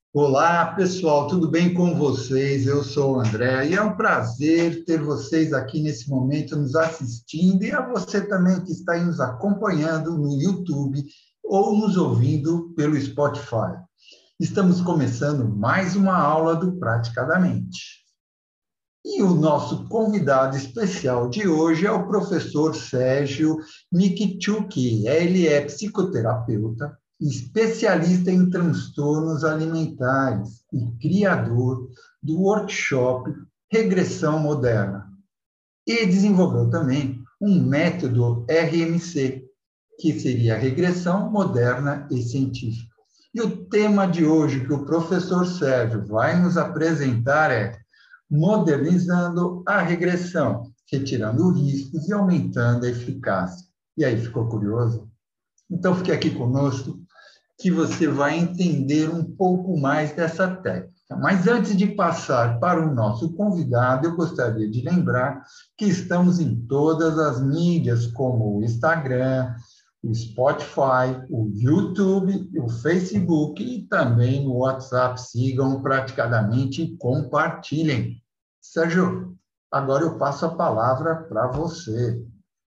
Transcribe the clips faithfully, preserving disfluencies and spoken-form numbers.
Olá, pessoal, tudo bem com vocês? Eu sou o André e é um prazer ter vocês aqui nesse momento nos assistindo e a você também que está aí nos acompanhando no YouTube ou nos ouvindo pelo Spotify. Estamos começando mais uma aula do Praticadamente. E o nosso convidado especial de hoje é o professor Sérgio Mikitchuk. Ele é psicoterapeuta, especialista em transtornos alimentares e criador do workshop Regressão Moderna. E desenvolveu também um método R M C, que seria Regressão Moderna e Científica. E o tema de hoje que o professor Sérgio vai nos apresentar é modernizando a regressão, retirando riscos e aumentando a eficácia. E aí, ficou curioso? Então, fique aqui conosco, que você vai entender um pouco mais dessa técnica. Mas antes de passar para o nosso convidado, eu gostaria de lembrar que estamos em todas as mídias, como o Instagram, o Spotify, o YouTube, o Facebook e também no WhatsApp. Sigam praticadamente e compartilhem. Sérgio, agora eu passo a palavra para você.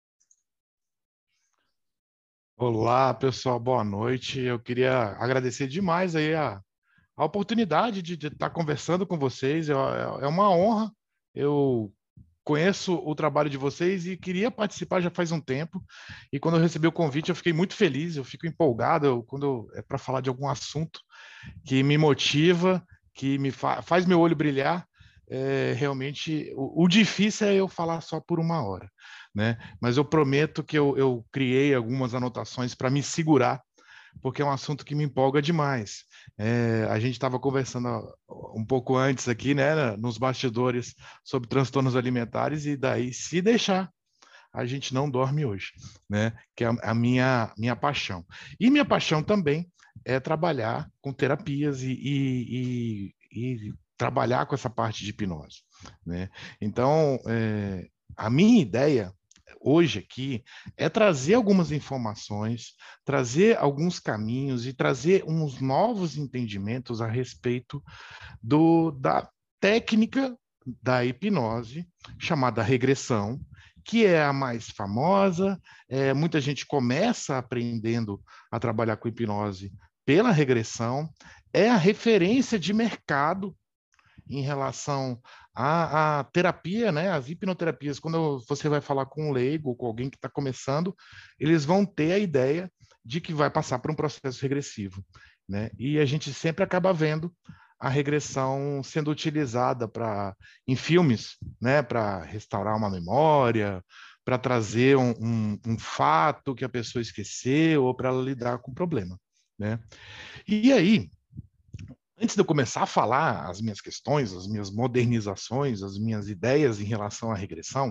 Olá, pessoal, boa noite. Eu queria agradecer demais aí a, a oportunidade de, de estar conversando com vocês. É, é é uma honra. Eu conheço o trabalho de vocês e queria participar já faz um tempo. E quando eu recebi o convite, eu fiquei muito feliz, eu fico empolgado eu- quando é para falar de algum assunto que me motiva, que me fa faz meu olho brilhar. É, realmente, o, o difícil é eu falar só por uma hora, né? Mas eu prometo que eu, eu criei algumas anotações para me segurar, porque é um assunto que me empolga demais. É, a gente estava conversando um pouco antes aqui, né, nos bastidores, sobre transtornos alimentares, e daí, se deixar, a gente não dorme hoje, né? Que é a minha, minha paixão. E minha paixão também é trabalhar com terapias e, e, e, e trabalhar com essa parte de hipnose, né? Então, é, a minha ideia hoje aqui é trazer algumas informações, trazer alguns caminhos e trazer uns novos entendimentos a respeito do, da técnica da hipnose chamada regressão, que é a mais famosa. É, muita gente começa aprendendo a trabalhar com hipnose pela regressão, é a referência de mercado em relação à, à terapia, né? As hipnoterapias. Quando você vai falar com um leigo, com alguém que está começando, eles vão ter a ideia de que vai passar por um processo regressivo, né? E a gente sempre acaba vendo a regressão sendo utilizada para em filmes, né? Para restaurar uma memória, para trazer um, um, um fato que a pessoa esqueceu ou para ela lidar com o problema, né? E aí, antes de eu começar a falar as minhas questões, as minhas modernizações, as minhas ideias em relação à regressão,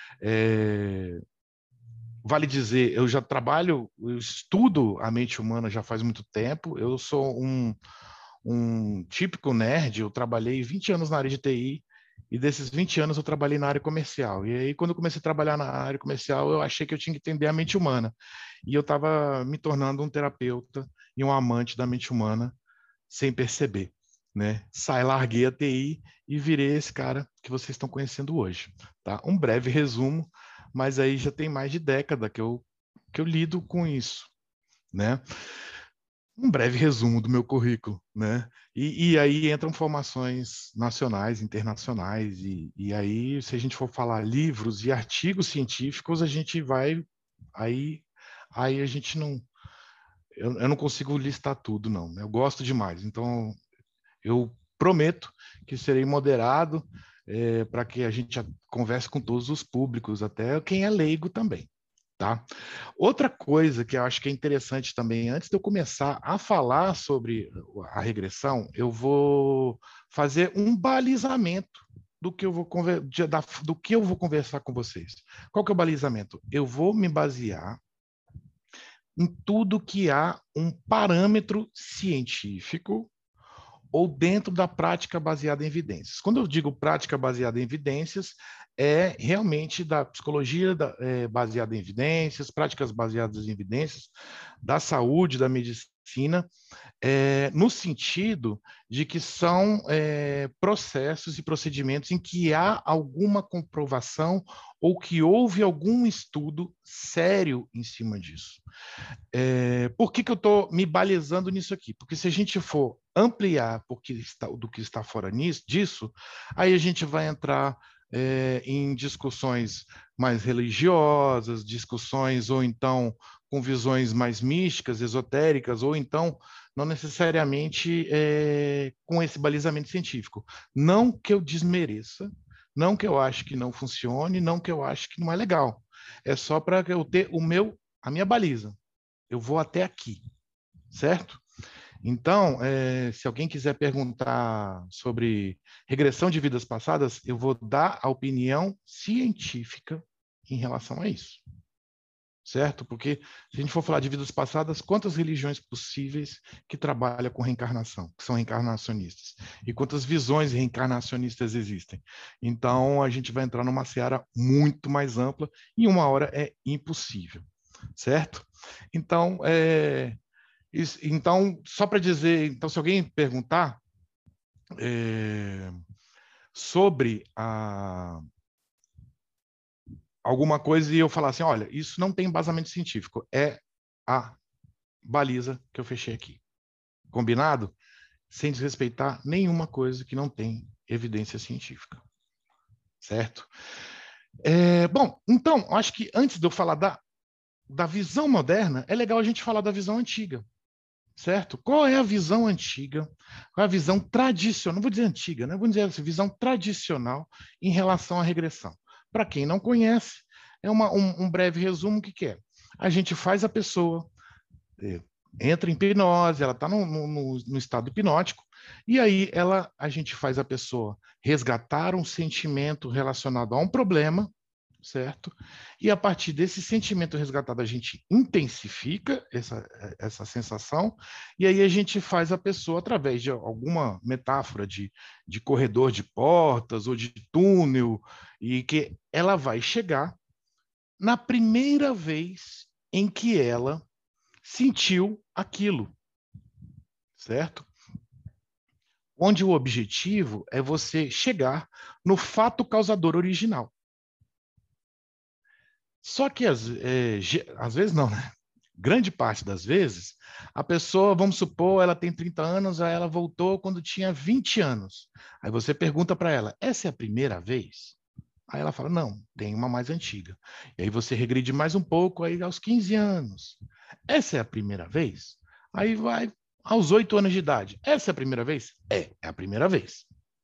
é, vale dizer, eu já trabalho, eu estudo a mente humana já faz muito tempo, eu sou um, um típico nerd, eu trabalhei vinte anos na área de T I, e desses vinte anos eu trabalhei na área comercial. E aí, quando eu comecei a trabalhar na área comercial, eu achei que eu tinha que entender a mente humana. E eu estava me tornando um terapeuta e um amante da mente humana, sem perceber, né? Sai, larguei a T I e virei esse cara que vocês estão conhecendo hoje, tá? Um breve resumo, mas aí já tem mais de década que eu que eu lido com isso, né? Um breve resumo do meu currículo, né? E, e aí entram formações nacionais, internacionais, e, e aí, se a gente for falar livros e artigos científicos, a gente vai. Aí, aí a gente não. Eu, eu não consigo listar tudo, não. Eu gosto demais. Então, eu prometo que serei moderado, é, para que a gente converse com todos os públicos, até quem é leigo também. Tá? Outra coisa que eu acho que é interessante também, antes de eu começar a falar sobre a regressão, eu vou fazer um balizamento do que eu vou, do que eu vou conversar com vocês. Qual que é o balizamento? Eu vou me basear em tudo que há um parâmetro científico ou dentro da prática baseada em evidências. Quando eu digo prática baseada em evidências, é realmente da psicologia da, é, baseada em evidências, práticas baseadas em evidências, da saúde, da medicina medicina, é, no sentido de que são é, processos e procedimentos em que há alguma comprovação ou que houve algum estudo sério em cima disso. É, por que, que eu estou me balizando nisso aqui? Porque se a gente for ampliar porque está, do que está fora nisso, disso, aí a gente vai entrar é, em discussões mais religiosas, discussões ou então com visões mais místicas, esotéricas, ou então não necessariamente é, com esse balizamento científico. Não que eu desmereça, não que eu acho que não funcione, não que eu acho que não é legal. É só para eu ter o meu, a minha baliza. Eu vou até aqui, certo? Então, é, se alguém quiser perguntar sobre regressão de vidas passadas, eu vou dar a opinião científica em relação a isso, certo? Porque se a gente for falar de vidas passadas, quantas religiões possíveis que trabalham com reencarnação, que são reencarnacionistas? E quantas visões reencarnacionistas existem? Então, a gente vai entrar numa seara muito mais ampla e uma hora é impossível, certo? Então, é, isso, então só para dizer, então, se alguém perguntar é, sobre a, alguma coisa e eu falar assim, olha, isso não tem embasamento científico, é a baliza que eu fechei aqui. Combinado? Sem desrespeitar nenhuma coisa que não tem evidência científica. Certo? É, bom, então, acho que antes de eu falar da, da visão moderna, é legal a gente falar da visão antiga. Certo? Qual é a visão antiga? Qual é a visão tradicional? Não vou dizer antiga, né? Vou dizer assim, visão tradicional em relação à regressão. Para quem não conhece, é uma, um, um breve resumo. O que, que é? A gente faz a pessoa, é, entra em hipnose, ela está no, no, no estado hipnótico, e aí ela, a gente faz a pessoa resgatar um sentimento relacionado a um problema, certo? E a partir desse sentimento resgatado, a gente intensifica essa, essa sensação, e aí a gente faz a pessoa, através de alguma metáfora de, de corredor de portas ou de túnel, e que ela vai chegar na primeira vez em que ela sentiu aquilo, certo? Onde o objetivo é você chegar no fato causador original. Só que às, é, às vezes não, né? Grande parte das vezes, a pessoa, vamos supor, ela tem trinta anos, aí ela voltou quando tinha vinte anos. Aí você pergunta para ela, essa é a primeira vez? Aí ela fala, não, tem uma mais antiga. E aí você regride mais um pouco, aí aos quinze anos. Essa é a primeira vez? Aí vai aos oito anos de idade. Essa é a primeira vez? É, é a primeira vez.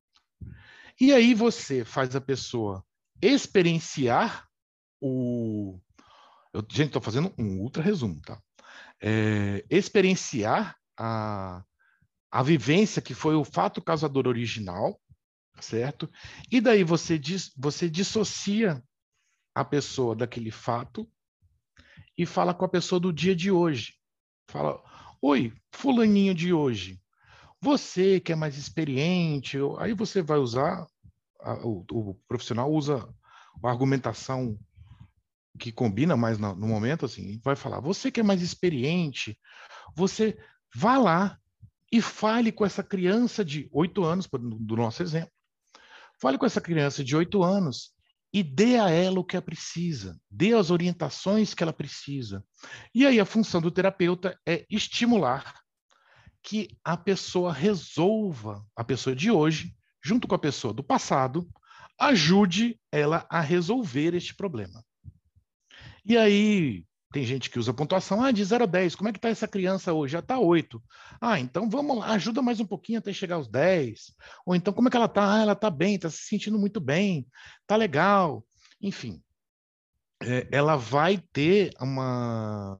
E aí você faz a pessoa experienciar o... Eu, gente, estou fazendo um ultra resumo, tá? É, experienciar a, a vivência que foi o fato causador original, certo? E daí você, dis, você dissocia a pessoa daquele fato e fala com a pessoa do dia de hoje. Fala, oi, fulaninho de hoje, você que é mais experiente, aí você vai usar, a, o, o profissional usa a argumentação que combina mais no, no momento, assim, vai falar, você que é mais experiente, você vá lá e fale com essa criança de oito anos, do nosso exemplo, fale com essa criança de oito anos e dê a ela o que ela precisa, dê as orientações que ela precisa. E aí a função do terapeuta é estimular que a pessoa resolva, a pessoa de hoje, junto com a pessoa do passado, ajude ela a resolver este problema. E aí, tem gente que usa pontuação, ah, de zero a dez, como é que está essa criança hoje? Já está oito. Ah, então vamos lá, ajuda mais um pouquinho até chegar aos dez. Ou então, como é que ela está? Ah, ela está bem, está se sentindo muito bem, está legal. Enfim, é, ela vai ter uma,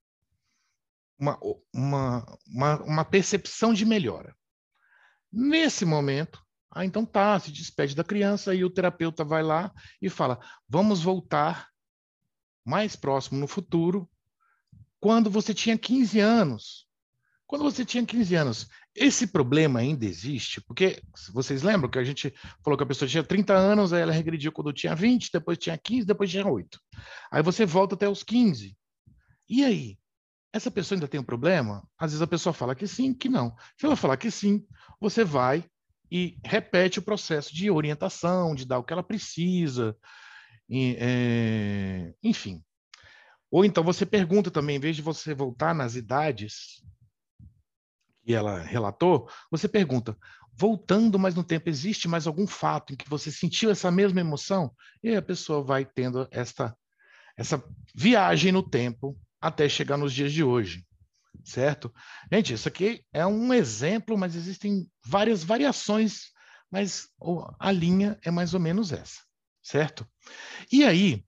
uma, uma, uma, uma percepção de melhora. Nesse momento, ah, então tá, se despede da criança e o terapeuta vai lá e fala, vamos voltar mais próximo no futuro, quando você tinha quinze anos. Quando você tinha quinze anos, esse problema ainda existe? Porque vocês lembram que a gente falou que a pessoa tinha trinta anos, aí ela regrediu quando tinha vinte, depois tinha quinze, depois tinha oito. Aí você volta até os quinze. E aí? essa pessoa ainda tem um problema? Às vezes a pessoa fala que sim, que não. Se ela falar que sim, você vai e repete o processo de orientação, de dar o que ela precisa, e, é, enfim. Ou então você pergunta também, em vez de você voltar nas idades que ela relatou, você pergunta, voltando mais no tempo, existe mais algum fato em que você sentiu essa mesma emoção? E aí a pessoa vai tendo esta, essa viagem no tempo até chegar nos dias de hoje, certo? Gente, isso aqui é um exemplo, mas existem várias variações, mas a linha é mais ou menos essa, certo? E aí,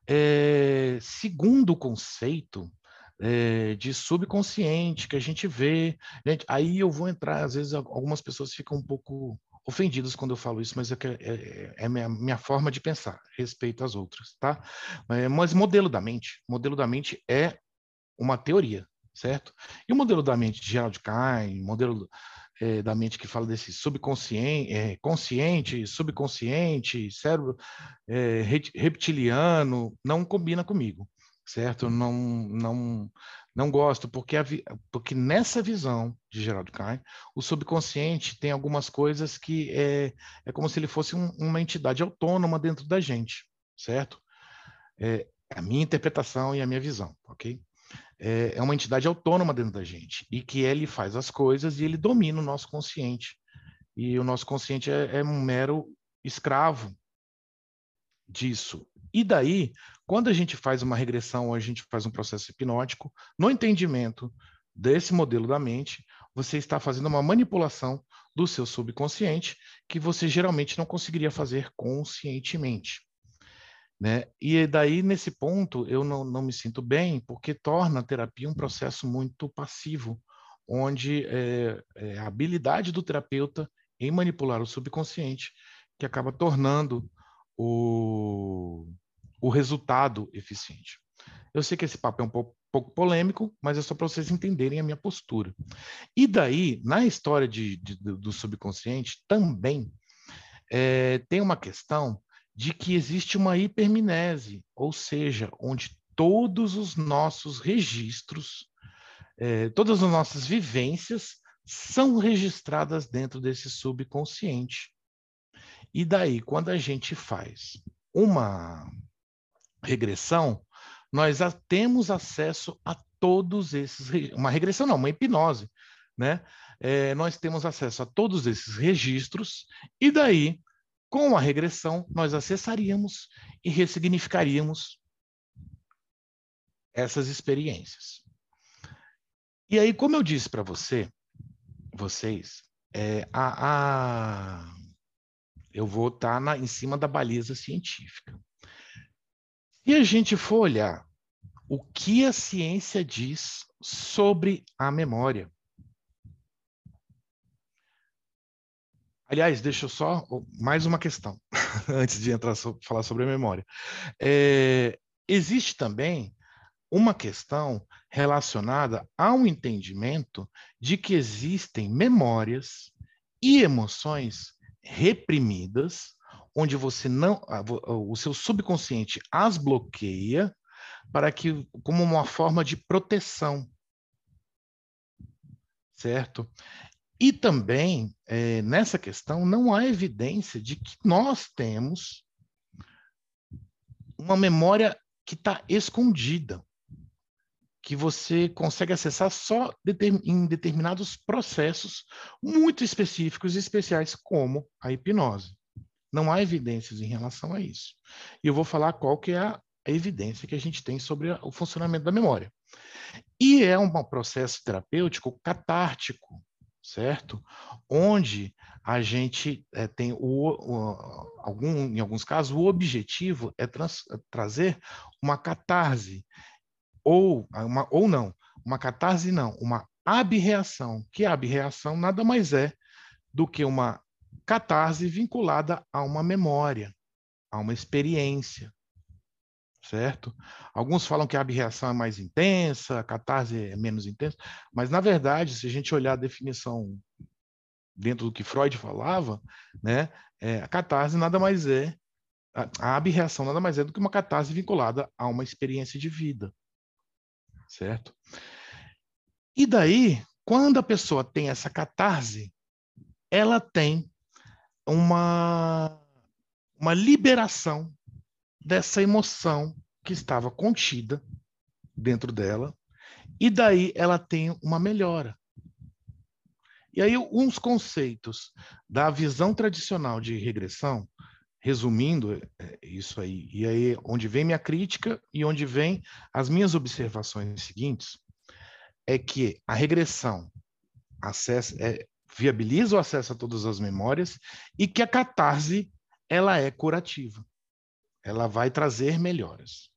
é, segundo o conceito é, de subconsciente que a gente vê, gente, aí eu vou entrar, às vezes algumas pessoas ficam um pouco ofendidas quando eu falo isso, mas é, é, é minha, minha forma de pensar, respeito às outras, tá? Mas modelo da mente, modelo da mente é uma teoria, certo? E o modelo da mente de Gerald Kahn, modelo é, da mente que fala desse subconsciente, é, consciente, subconsciente, cérebro é, reptiliano, não combina comigo, certo? Não, não, não gosto, porque, a, porque nessa visão de Gerald Kahn, o subconsciente tem algumas coisas que é, é como se ele fosse um, uma entidade autônoma dentro da gente, certo? É a minha interpretação e a minha visão, ok? É uma entidade autônoma dentro da gente e que ele faz as coisas e ele domina o nosso consciente. E o nosso consciente é, é um mero escravo disso. E daí, quando a gente faz uma regressão ou a gente faz um processo hipnótico, no entendimento desse modelo da mente, você está fazendo uma manipulação do seu subconsciente que você geralmente não conseguiria fazer conscientemente. Né? E daí, nesse ponto, eu não, não me sinto bem, porque torna a terapia um processo muito passivo, onde é, é a habilidade do terapeuta em manipular o subconsciente que acaba tornando o, o resultado eficiente. Eu sei que esse papo é um pouco, pouco polêmico, mas é só para vocês entenderem a minha postura. E daí, na história de, de, do subconsciente, também é, tem uma questão de que existe uma hipermnese, ou seja, onde todos os nossos registros, é, todas as nossas vivências são registradas dentro desse subconsciente. E daí, quando a gente faz uma regressão, nós temos acesso a todos esses, uma regressão não, uma hipnose, né? É, nós temos acesso a todos esses registros e daí com a regressão, nós acessaríamos e ressignificaríamos essas experiências. E aí, como eu disse para você, vocês, é, a, a, eu vou estar tá em cima da baliza científica. Se a gente for olhar o que a ciência diz sobre a memória. Aliás, deixa eu só mais uma questão antes de entrar so, falar sobre a memória. É, existe também uma questão relacionada ao entendimento de que existem memórias e emoções reprimidas, onde você não, o seu subconsciente as bloqueia para que como uma forma de proteção, certo? E também é, nessa questão não há evidência de que nós temos uma memória que está escondida, que você consegue acessar só em determinados processos muito específicos e especiais, como a hipnose. Não há evidências em relação a isso. E eu vou falar qual que é a evidência que a gente tem sobre o funcionamento da memória. E é um processo terapêutico catártico, certo? Onde a gente é, tem, o, o, algum, em alguns casos, o objetivo é, trans, é trazer uma catarse, ou, uma, ou não, uma catarse não, uma abreação, que a abreação nada mais é do que uma catarse vinculada a uma memória, a uma experiência, certo? Alguns falam que a abreação é mais intensa, a catarse é menos intensa, mas, na verdade, se a gente olhar a definição dentro do que Freud falava, né, é, a catarse nada mais é, a, a abreação nada mais é do que uma catarse vinculada a uma experiência de vida, certo? E daí, quando a pessoa tem essa catarse, ela tem uma, uma liberação dessa emoção que estava contida dentro dela, e daí ela tem uma melhora. E aí, uns conceitos da visão tradicional de regressão, resumindo isso aí, e aí onde vem minha crítica e onde vem as minhas observações seguintes, é que a regressão acessa, é, viabiliza o acesso a todas as memórias e que a catarse ela é curativa. Ela vai trazer melhoras.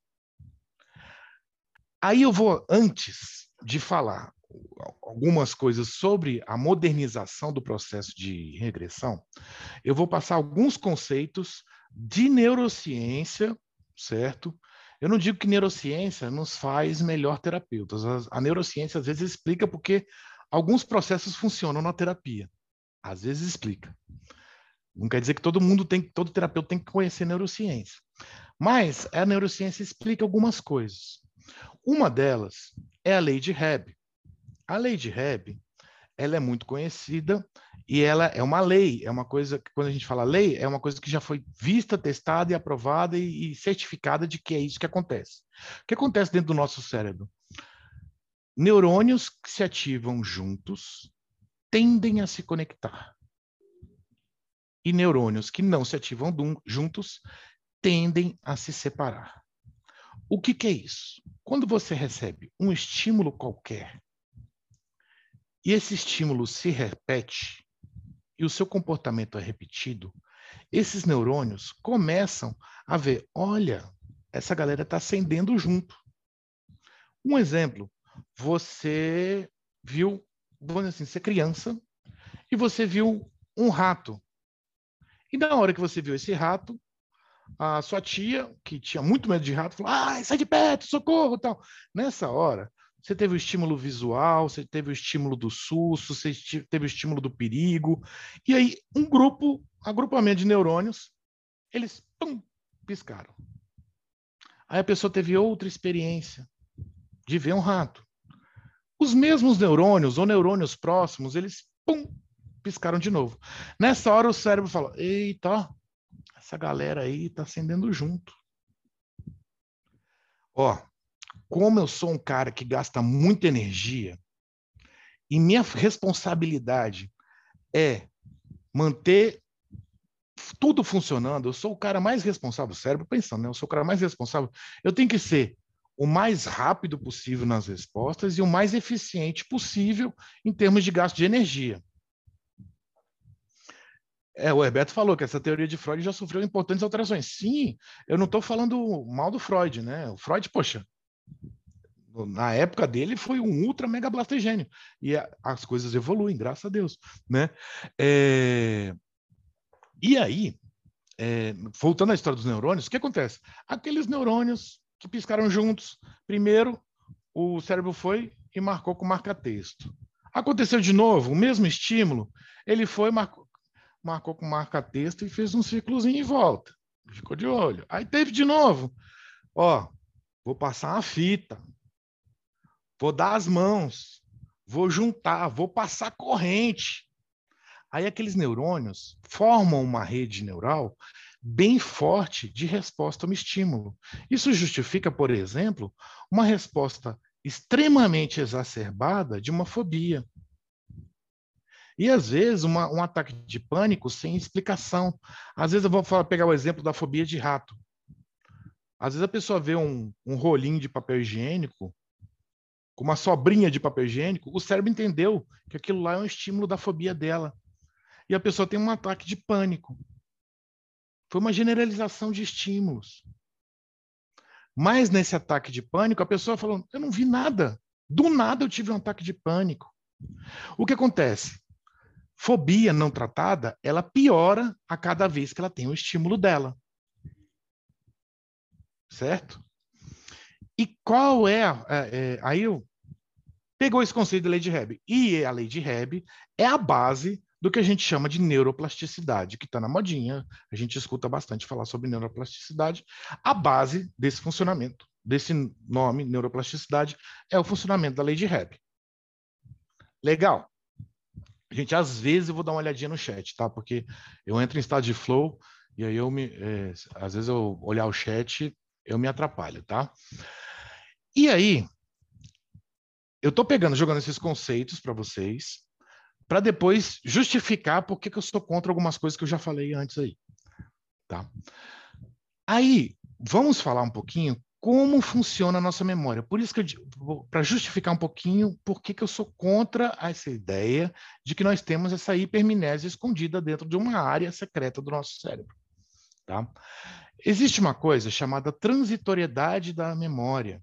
Aí eu vou, antes de falar algumas coisas sobre a modernização do processo de regressão, eu vou passar alguns conceitos de neurociência, certo? Eu não digo que neurociência nos faz melhor terapeutas. A, a neurociência, às vezes, explica porque alguns processos funcionam na terapia. Às vezes explica. Não quer dizer que todo mundo tem, todo terapeuta tem que conhecer neurociência. Mas a neurociência explica algumas coisas. Uma delas é a lei de Hebb. A lei de Hebb, ela é muito conhecida e ela é uma lei, é uma coisa que, quando a gente fala lei, é uma coisa que já foi vista, testada e aprovada e, e certificada de que é isso que acontece. O que acontece dentro do nosso cérebro? Neurônios que se ativam juntos tendem a se conectar. E neurônios que não se ativam juntos tendem a se separar. O que, que é isso? Quando você recebe um estímulo qualquer, e esse estímulo se repete, e o seu comportamento é repetido, esses neurônios começam a ver, olha, essa galera está acendendo junto. Um exemplo, você viu, vamos dizer assim, você é criança, e você viu um rato. E na hora que você viu esse rato, a sua tia, que tinha muito medo de rato, falou, ah, sai de perto, socorro, tal. Nessa hora, você teve o estímulo visual, você teve o estímulo do susto, você teve o estímulo do perigo, e aí um grupo, agrupamento de neurônios, eles, pum, piscaram. Aí a pessoa teve outra experiência de ver um rato. Os mesmos neurônios, ou neurônios próximos, eles, pum, piscaram de novo. Nessa hora o cérebro falou, eita, essa galera aí está acendendo junto. Ó, como eu sou um cara que gasta muita energia e minha responsabilidade é manter tudo funcionando, eu sou o cara mais responsável, o cérebro pensando, né? Eu sou o cara mais responsável, eu tenho que ser o mais rápido possível nas respostas e o mais eficiente possível em termos de gasto de energia. É, o Herberto falou que essa teoria de Freud já sofreu importantes alterações. Sim, eu não estou falando mal do Freud, né? O Freud, poxa, na época dele foi um ultra mega blaster gênio. E a, as coisas evoluem, graças a Deus, né? É... E aí, é... voltando à história dos neurônios, o que acontece? Aqueles neurônios que piscaram juntos, primeiro o cérebro foi e marcou com marca-texto. Aconteceu de novo, o mesmo estímulo, ele foi, marcou, marcou com marca-texto e fez um círculozinho em volta. Ficou de olho. Aí teve de novo. Ó, vou passar uma fita. Vou dar as mãos. Vou juntar. Vou passar corrente. Aí aqueles neurônios formam uma rede neural bem forte de resposta a um estímulo. Isso justifica, por exemplo, uma resposta extremamente exacerbada de uma fobia. E, às vezes, uma, um ataque de pânico sem explicação. Às vezes, eu vou falar, pegar o exemplo da fobia de rato. Às vezes, a pessoa vê um, um rolinho de papel higiênico, com uma sobrinha de papel higiênico, o cérebro entendeu que aquilo lá é um estímulo da fobia dela. E a pessoa tem um ataque de pânico. Foi uma generalização de estímulos. Mas, nesse ataque de pânico, a pessoa falou, eu não vi nada. Do nada, eu tive um ataque de pânico. O que acontece? Fobia não tratada, ela piora a cada vez que ela tem o estímulo dela. Certo? E qual é... A, é, é aí eu pegou esse conceito da lei de Hebb. E a lei de Hebb é a base do que a gente chama de neuroplasticidade, que está na modinha. A gente escuta bastante falar sobre neuroplasticidade. A base desse funcionamento, desse nome, neuroplasticidade, é o funcionamento da lei de Hebb. Legal. Gente, às vezes eu vou dar uma olhadinha no chat, tá? Porque eu entro em estado de flow e aí eu me... É, às vezes eu olhar o chat, eu me atrapalho, tá? E aí, eu tô pegando, jogando esses conceitos para vocês, para depois justificar por que que eu sou contra algumas coisas que eu já falei antes aí, tá? Aí, vamos falar um pouquinho como funciona a nossa memória. Por isso que eu, para justificar um pouquinho por que que eu sou contra essa ideia de que nós temos essa hipermnésia escondida dentro de uma área secreta do nosso cérebro, tá? Existe uma coisa chamada transitoriedade da memória,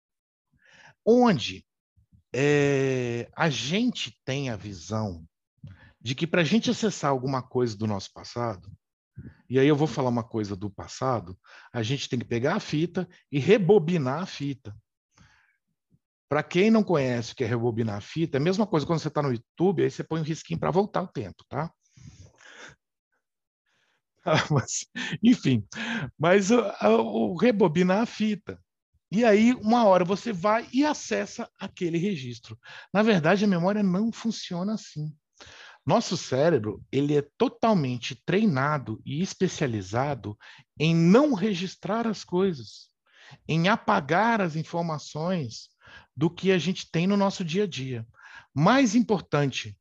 onde é, a gente tem a visão de que para a gente acessar alguma coisa do nosso passado, e aí eu vou falar uma coisa do passado, a gente tem que pegar a fita e rebobinar a fita. Para quem não conhece o que é rebobinar a fita, é a mesma coisa quando você está no YouTube, aí você põe um risquinho para voltar o tempo, tá? Ah, mas, enfim, mas o, o rebobinar a fita. E aí, uma hora você vai e acessa aquele registro. Na verdade, a memória não funciona assim. Nosso cérebro, ele é totalmente treinado e especializado em não registrar as coisas, em apagar as informações do que a gente tem no nosso dia a dia. Mais importante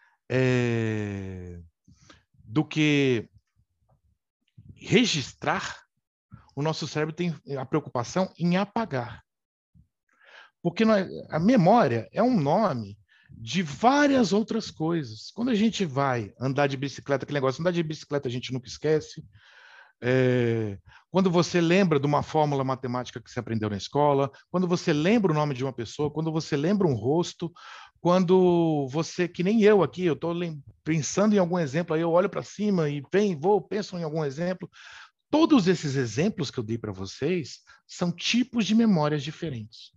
é, do que registrar, o nosso cérebro tem a preocupação em apagar. Porque nós, a memória é um nome de várias outras coisas. Quando a gente vai andar de bicicleta, aquele negócio, andar de bicicleta a gente nunca esquece. É, quando você lembra de uma fórmula matemática que você aprendeu na escola, quando você lembra o nome de uma pessoa, quando você lembra um rosto, quando você, que nem eu aqui, eu estou pensando em algum exemplo, aí eu olho para cima e vem, vou, penso em algum exemplo. Todos esses exemplos que eu dei para vocês são tipos de memórias diferentes.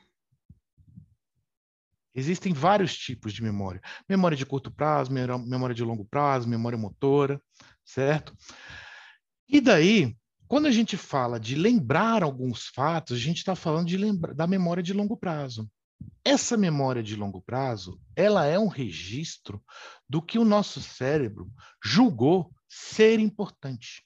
Existem vários tipos de memória. Memória de curto prazo, memória de longo prazo, memória motora, certo? E daí, quando a gente fala de lembrar alguns fatos, a gente está falando de lembra- da memória de longo prazo. Essa memória de longo prazo, ela é um registro do que o nosso cérebro julgou ser importante.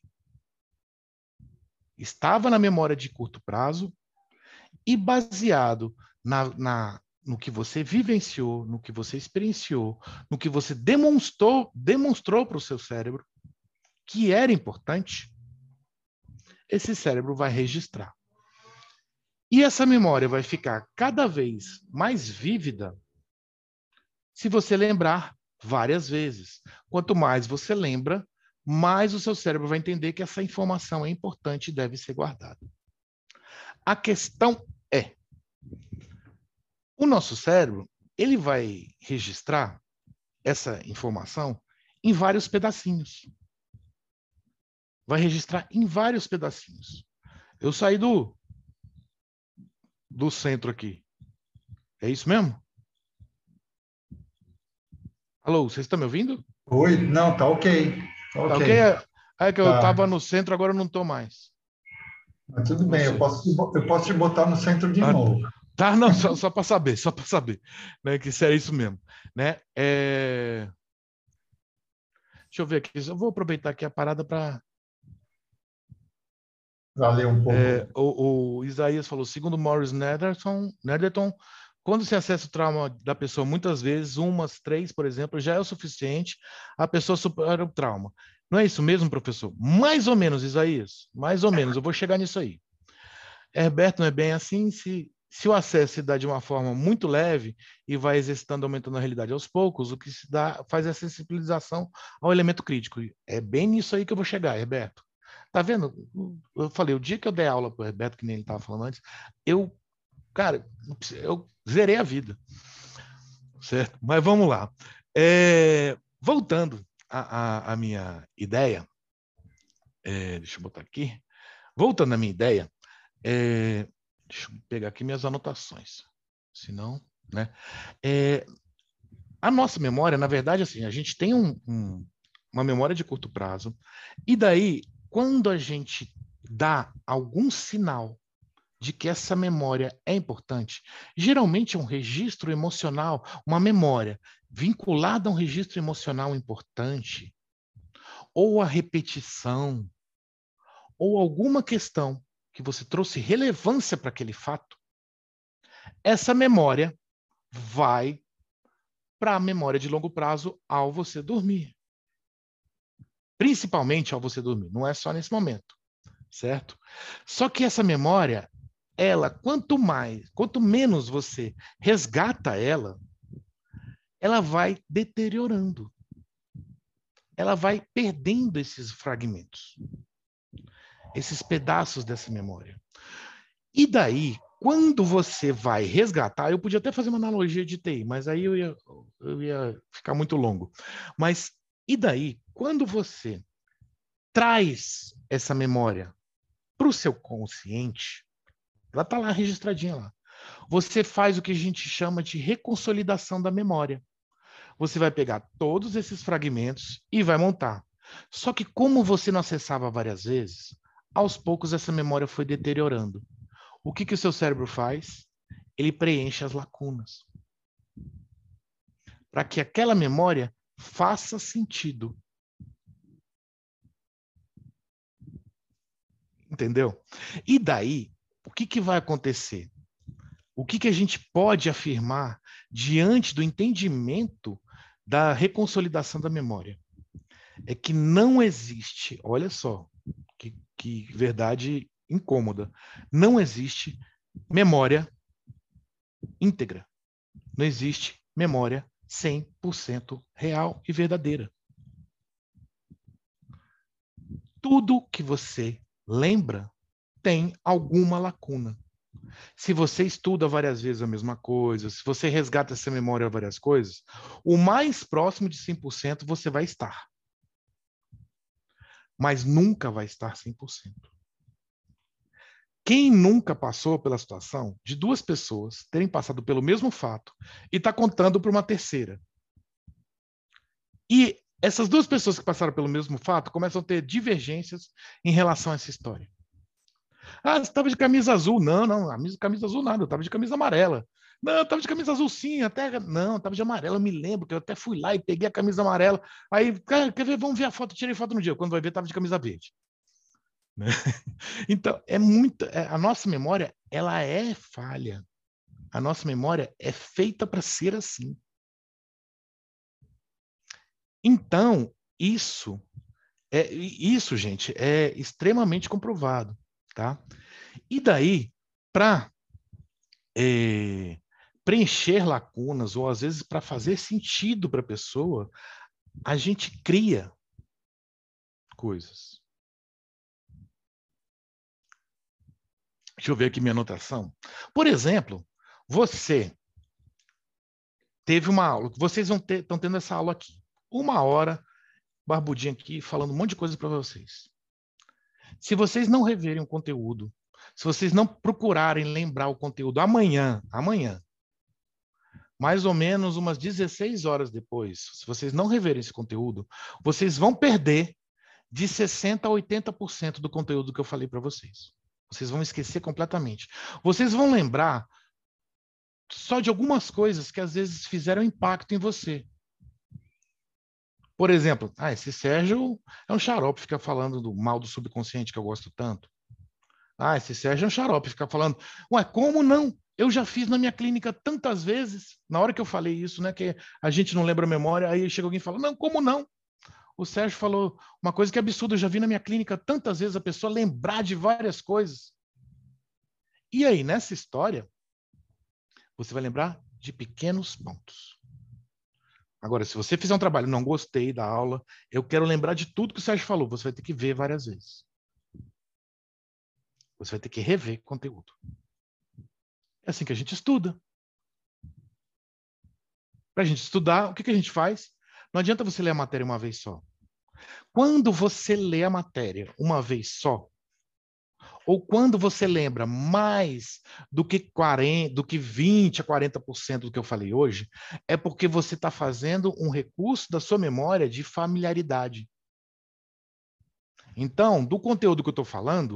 Estava na memória de curto prazo e baseado na, na, no que você vivenciou, no que você experienciou, no que você demonstrou, demonstrou para o seu cérebro que era importante, esse cérebro vai registrar. E essa memória vai ficar cada vez mais vívida se você lembrar várias vezes. Quanto mais você lembra, mais o seu cérebro vai entender que essa informação é importante e deve ser guardada. A questão é, o nosso cérebro, ele vai registrar essa informação em vários pedacinhos. Vai registrar em vários pedacinhos. Eu saí do, do centro aqui. É isso mesmo? Alô, vocês estão me ouvindo? Oi? Não, tá ok. Tá Tá ok. ok? É, é que eu Tá. estava no centro, agora eu não estou mais. Mas tudo Não bem, eu sei. posso, te bo- eu posso te botar no centro de Ah, novo. tá, não, só, só para saber, só para saber, né, que isso é isso mesmo, né? É... Deixa eu ver aqui, eu vou aproveitar aqui a parada para Valeu um é, pouco. o, o Isaías falou, segundo Morris Netherton, Netherton, quando se acessa o trauma da pessoa muitas vezes, umas três, por exemplo, já é o suficiente, a pessoa supera o trauma. Não é isso mesmo, professor? Mais ou menos, Isaías, mais ou menos, eu vou chegar nisso aí. Herberto, não é bem assim, se, se o acesso se dá de uma forma muito leve e vai exercitando, aumentando a realidade aos poucos, o que se dá faz a sensibilização ao elemento crítico. É bem nisso aí que eu vou chegar, Herberto. Tá vendo? Eu falei, o dia que eu der aula para o Herberto, que nem ele estava falando antes, eu, cara, eu zerei a vida. Certo? Mas vamos lá. É, voltando à, à minha ideia, é, deixa eu botar aqui. Voltando à minha ideia, é, deixa eu pegar aqui minhas anotações. Senão, né? É, a nossa memória, na verdade, assim, a gente tem um, um, uma memória de curto prazo, e daí, quando a gente dá algum sinal de que essa memória é importante. Geralmente é um registro emocional, uma memória vinculada a um registro emocional importante, ou a repetição, ou alguma questão que você trouxe relevância para aquele fato. Essa memória vai para a memória de longo prazo ao você dormir. Principalmente ao você dormir, não é só nesse momento, certo? Só que essa memória, ela, quanto mais, quanto menos você resgata ela, ela vai deteriorando. Ela vai perdendo esses fragmentos, esses pedaços dessa memória. E daí, quando você vai resgatar, eu podia até fazer uma analogia de T I, mas aí eu ia, eu ia ficar muito longo. Mas, e daí, quando você traz essa memória para o seu consciente, ela está lá registradinha lá. Você faz o que a gente chama de reconsolidação da memória. Você vai pegar todos esses fragmentos e vai montar. Só que como você não acessava várias vezes, aos poucos essa memória foi deteriorando. O que, que o seu cérebro faz? Ele preenche as lacunas. Para que aquela memória faça sentido. Entendeu? E daí, o que, que vai acontecer? O que, que a gente pode afirmar diante do entendimento da reconsolidação da memória? É que não existe, olha só, que, que verdade incômoda, não existe memória íntegra. Não existe memória cem por cento real e verdadeira. Tudo que você lembra tem alguma lacuna. Se você estuda várias vezes a mesma coisa, se você resgata essa memória várias coisas, o mais próximo de cem por cento você vai estar. Mas nunca vai estar cem por cento. Quem nunca passou pela situação de duas pessoas terem passado pelo mesmo fato e está contando para uma terceira? E essas duas pessoas que passaram pelo mesmo fato começam a ter divergências em relação a essa história. Ah, você estava de camisa azul. Não, não, camisa, camisa azul nada, eu estava de camisa amarela. Não, eu estava de camisa azul sim, até... Não, eu estava de amarela, eu me lembro que eu até fui lá e peguei a camisa amarela. Aí, cara, quer ver? Vamos ver a foto, tirei foto no dia. Quando vai ver, estava de camisa verde. Né? Então, é muito... É, a nossa memória, ela é falha. A nossa memória é feita para ser assim. Então, isso, é, isso, gente, é extremamente comprovado. Tá? E daí, para é, preencher lacunas, ou às vezes para fazer sentido para a pessoa, a gente cria coisas. Deixa eu ver aqui minha anotação. Por exemplo, você teve uma aula, vocês vão ter, estão tendo essa aula aqui. Uma hora, barbudinha aqui, falando um monte de coisa para vocês. Se vocês não reverem o conteúdo, se vocês não procurarem lembrar o conteúdo amanhã, amanhã, mais ou menos umas dezesseis horas depois, se vocês não reverem esse conteúdo, vocês vão perder de sessenta por cento a oitenta por cento do conteúdo que eu falei para vocês. Vocês vão esquecer completamente. Vocês vão lembrar só de algumas coisas que às vezes fizeram impacto em você. Por exemplo, ah, esse Sérgio é um xarope, fica falando do mal do subconsciente que eu gosto tanto. Ah, esse Sérgio é um xarope, fica falando, ué, como não? Eu já fiz na minha clínica tantas vezes, na hora que eu falei isso, né, que a gente não lembra a memória, aí chega alguém e fala, não, como não? O Sérgio falou uma coisa que é absurda, eu já vi na minha clínica tantas vezes a pessoa lembrar de várias coisas. E aí, nessa história, você vai lembrar de pequenos pontos. Agora, se você fizer um trabalho, não gostei da aula, eu quero lembrar de tudo que o Sérgio falou, você vai ter que ver várias vezes. Você vai ter que rever conteúdo. É assim que a gente estuda. Para a gente estudar, o que, que a gente faz? Não adianta você ler a matéria uma vez só. Quando você lê a matéria uma vez só, ou quando você lembra mais do que quarenta, do que vinte a quarenta por cento do que eu falei hoje, é porque você está fazendo um recurso da sua memória de familiaridade. Então, do conteúdo que eu estou falando,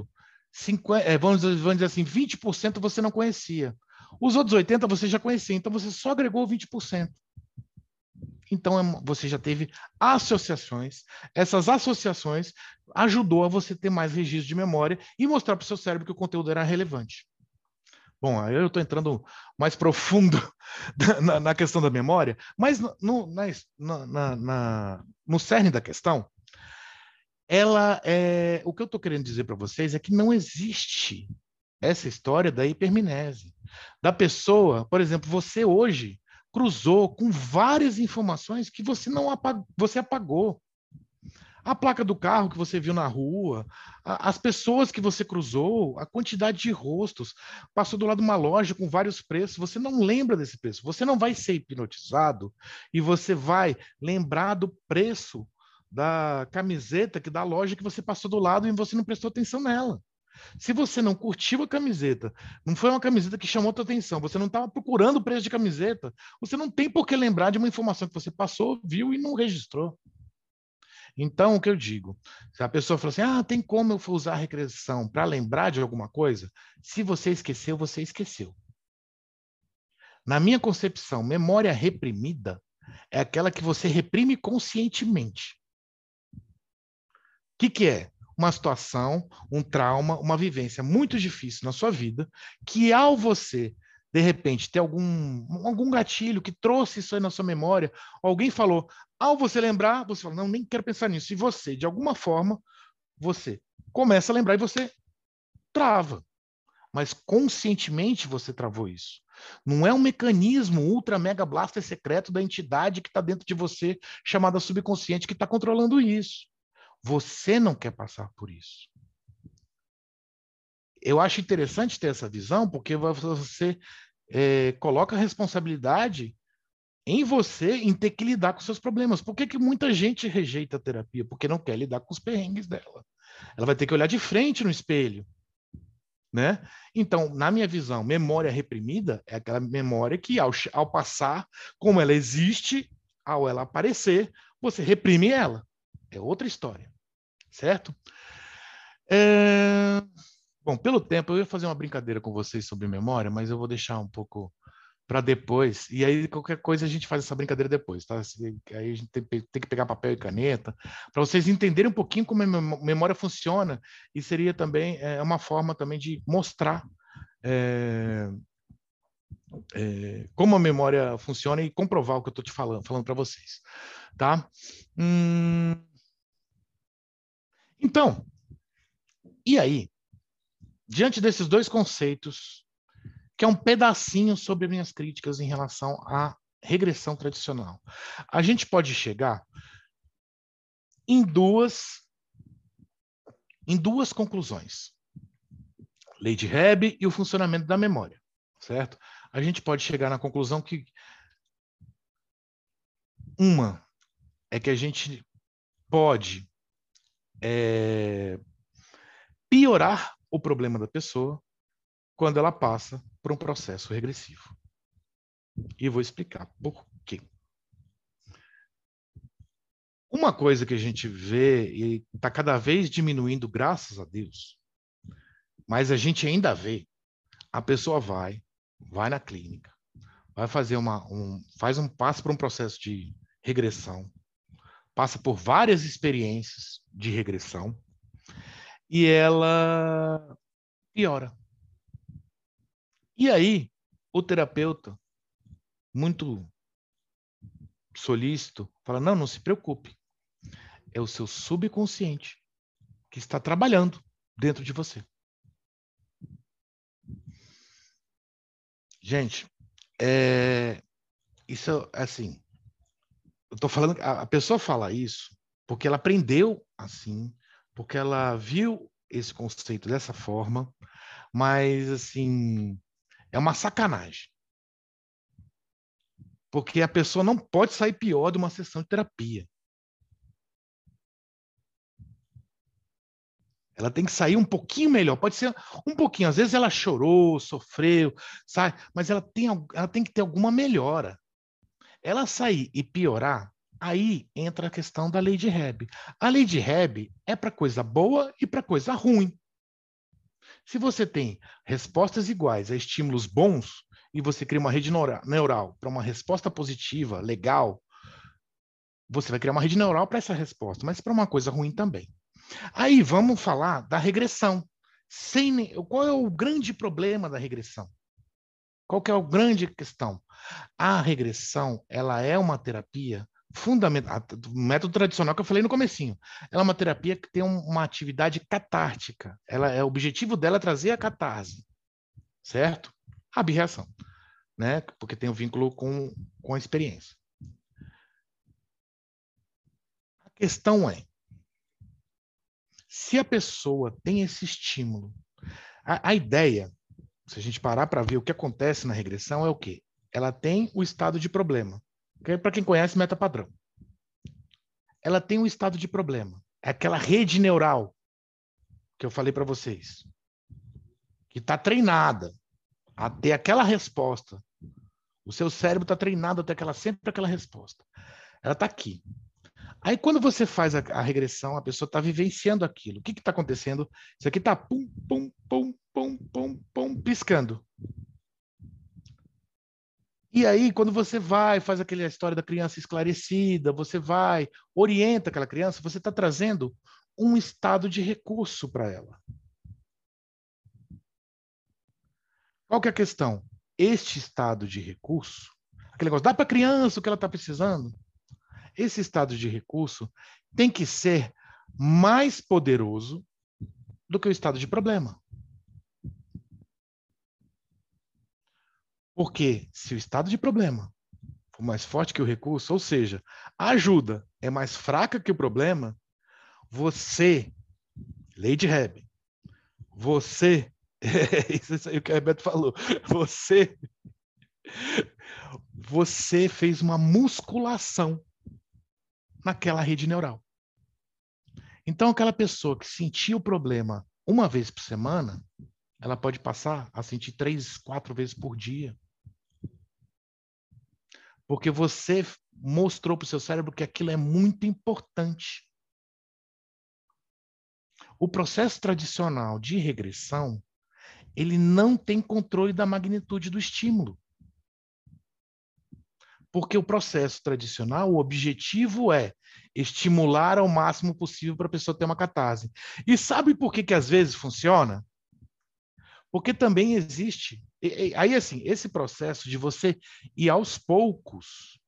cinquenta, é, vamos, vamos dizer assim, vinte por cento você não conhecia. Os outros oitenta por cento você já conhecia, então você só agregou vinte por cento. Então você já teve associações. Essas associações ajudou a você ter mais registro de memória e mostrar para o seu cérebro que o conteúdo era relevante. Bom, aí eu estou entrando mais profundo na, na questão da memória, mas no, na, na, na, no cerne da questão, ela é, o que eu estou querendo dizer para vocês é que não existe essa história da hipermnese. Da pessoa, por exemplo, você hoje cruzou com várias informações que você não apagou, você apagou. A placa do carro que você viu na rua, a, as pessoas que você cruzou, a quantidade de rostos, passou do lado de uma loja com vários preços, você não lembra desse preço. Você não vai ser hipnotizado e você vai lembrar do preço da camiseta que da loja que você passou do lado e você não prestou atenção nela. Se você não curtiu a camiseta, não foi uma camiseta que chamou a tua atenção, você não estava procurando o preço de camiseta, você não tem por que lembrar de uma informação que você passou, viu e não registrou. Então, o que eu digo? Se a pessoa fala assim, ah, tem como eu usar a regressão para lembrar de alguma coisa? Se você esqueceu, você esqueceu. Na minha concepção, memória reprimida é aquela que você reprime conscientemente. O que, que é? Uma situação, um trauma, uma vivência muito difícil na sua vida, que ao você, de repente, ter algum, algum gatilho que trouxe isso aí na sua memória, alguém falou, ao você lembrar, você fala, não, nem quero pensar nisso. E você, de alguma forma, você começa a lembrar e você trava. Mas conscientemente você travou isso. Não é um mecanismo ultra mega blaster secreto da entidade que está dentro de você, chamada subconsciente, que está controlando isso. Você não quer passar por isso. Eu acho interessante ter essa visão, porque você é, coloca a responsabilidade em você em ter que lidar com seus problemas. Por que, que muita gente rejeita a terapia? Porque não quer lidar com os perrengues dela. Ela vai ter que olhar de frente no espelho. Né? Então, na minha visão, memória reprimida é aquela memória que, ao, ao passar, como ela existe, ao ela aparecer, você reprime ela. É outra história. Certo? É... Bom, pelo tempo, eu ia fazer uma brincadeira com vocês sobre memória, mas eu vou deixar um pouco para depois. E aí, qualquer coisa, a gente faz essa brincadeira depois, tá? Aí a gente tem, tem que pegar papel e caneta, para vocês entenderem um pouquinho como a memória funciona, e seria também é, uma forma também de mostrar é, é, como a memória funciona e comprovar o que eu estou te falando, falando para vocês, tá? Hum... Então, e aí? Diante desses dois conceitos, que é um pedacinho sobre minhas críticas em relação à regressão tradicional, a gente pode chegar em duas, em duas conclusões. Lei de Hebb e o funcionamento da memória, certo? A gente pode chegar na conclusão que uma é que a gente pode é, piorar o problema da pessoa quando ela passa por um processo regressivo. E vou explicar por quê. Uma coisa que a gente vê e está cada vez diminuindo, graças a Deus, mas a gente ainda vê, a pessoa vai, vai na clínica, vai fazer uma, um, faz um passo por um processo de regressão, passa por várias experiências de regressão e ela piora. E aí, o terapeuta, muito solícito, fala, não, não se preocupe. É o seu subconsciente que está trabalhando dentro de você. Gente, é, isso assim, eu estou falando, a, a pessoa fala isso porque ela aprendeu assim, porque ela viu esse conceito dessa forma, mas assim, é uma sacanagem. Porque a pessoa não pode sair pior de uma sessão de terapia. Ela tem que sair um pouquinho melhor. Pode ser um pouquinho. Às vezes ela chorou, sofreu, sabe? Mas ela tem, ela tem que ter alguma melhora. Ela sair e piorar, aí entra a questão da lei de Hebb. A lei de Hebb é para coisa boa e para coisa ruim. Se você tem respostas iguais a estímulos bons e você cria uma rede neural para uma resposta positiva, legal, você vai criar uma rede neural para essa resposta, mas para uma coisa ruim também. Aí vamos falar da regressão. Sem, qual é o grande problema da regressão? Qual que é a grande questão? A regressão, ela é uma terapia fundamental, o método tradicional que eu falei no comecinho. Ela é uma terapia que tem uma atividade catártica. Ela é o objetivo dela é trazer a catarse, certo? A abreação, né? Porque tem um vínculo com, com a experiência. A questão é, se a pessoa tem esse estímulo, a, a ideia, se a gente parar para ver o que acontece na regressão, é o quê? Ela tem o estado de problema. Para quem conhece metapadrão. Ela tem o estado de problema. É aquela rede neural que eu falei para vocês, que está treinada a ter aquela resposta. O seu cérebro está treinado a ter aquela, sempre aquela resposta. Ela está aqui. Aí, quando você faz a, a regressão, a pessoa está vivenciando aquilo. O que está acontecendo? Isso aqui está pum, pum, pum, pum, pum, pum, piscando. E aí, quando você vai, faz aquela história da criança esclarecida, você vai, orienta aquela criança, você está trazendo um estado de recurso para ela. Qual que é a questão? Este estado de recurso, aquele negócio, dá para a criança o que ela está precisando? Esse estado de recurso tem que ser mais poderoso do que o estado de problema. Porque se o estado de problema for mais forte que o recurso, ou seja, a ajuda é mais fraca que o problema, você, lei de Hebb, você, isso aí que o Roberto falou, você, você fez uma musculação naquela rede neural. Então, aquela pessoa que sentia o problema uma vez por semana, ela pode passar a sentir três, quatro vezes por dia. Porque você mostrou para o seu cérebro que aquilo é muito importante. O processo tradicional de regressão, ele não tem controle da magnitude do estímulo. Porque o processo tradicional, o objetivo é estimular ao máximo possível para a pessoa ter uma catarse. E sabe por que que às vezes funciona? Porque também existe... Aí, assim, esse processo de você ir aos poucos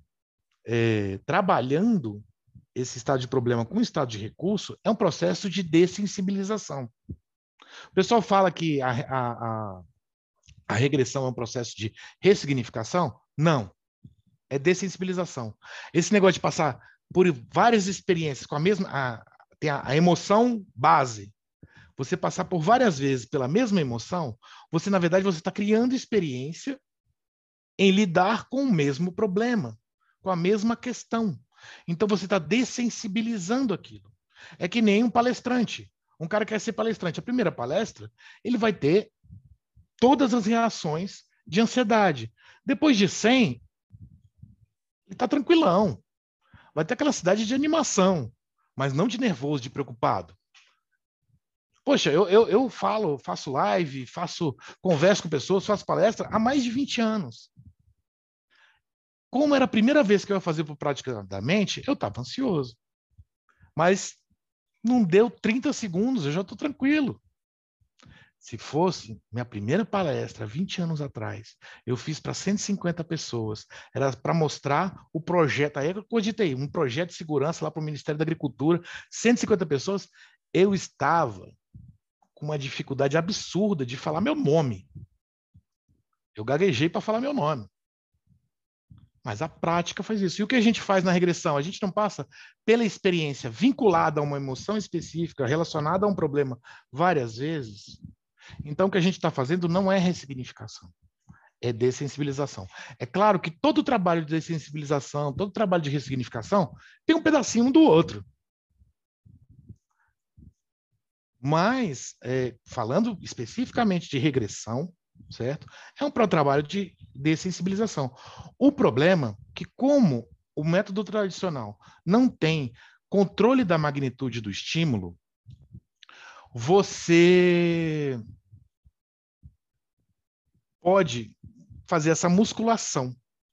é, trabalhando esse estado de problema com o estado de recurso é um processo de dessensibilização. O pessoal fala que a, a, a, a regressão é um processo de ressignificação. Não. É dessensibilização. Esse negócio de passar por várias experiências com a mesma... A, tem a, a emoção base. Você passar por várias vezes pela mesma emoção, você, na verdade, você está criando experiência em lidar com o mesmo problema, com a mesma questão. Então, você está dessensibilizando aquilo. É que nem um palestrante. Um cara que quer ser palestrante. A primeira palestra, ele vai ter todas as reações de ansiedade. Depois de cem, ele está tranquilão. Vai ter aquela cidade de animação, mas não de nervoso, de preocupado. Poxa, eu, eu, eu falo, faço live, faço, converso com pessoas, faço palestra há mais de vinte anos. Como era a primeira vez que eu ia fazer por Prática da Mente, eu estava ansioso. Mas não deu trinta segundos, eu já estou tranquilo. Se fosse minha primeira palestra, vinte anos atrás, eu fiz para cento e cinquenta pessoas, era para mostrar o projeto, aí eu cogitei, um projeto de segurança lá para o Ministério da Agricultura, cento e cinquenta pessoas, eu estava com uma dificuldade absurda de falar meu nome. Eu gaguejei para falar meu nome. Mas a prática faz isso. E o que a gente faz na regressão? A gente não passa pela experiência vinculada a uma emoção específica, relacionada a um problema várias vezes. Então, o que a gente está fazendo não é ressignificação, é dessensibilização. É claro que todo trabalho de dessensibilização, todo trabalho de ressignificação tem um pedacinho um do outro. Mas, é, falando especificamente de regressão, certo? É um trabalho de dessensibilização. O problema é que, como o método tradicional não tem controle da magnitude do estímulo, você pode fazer essa musculação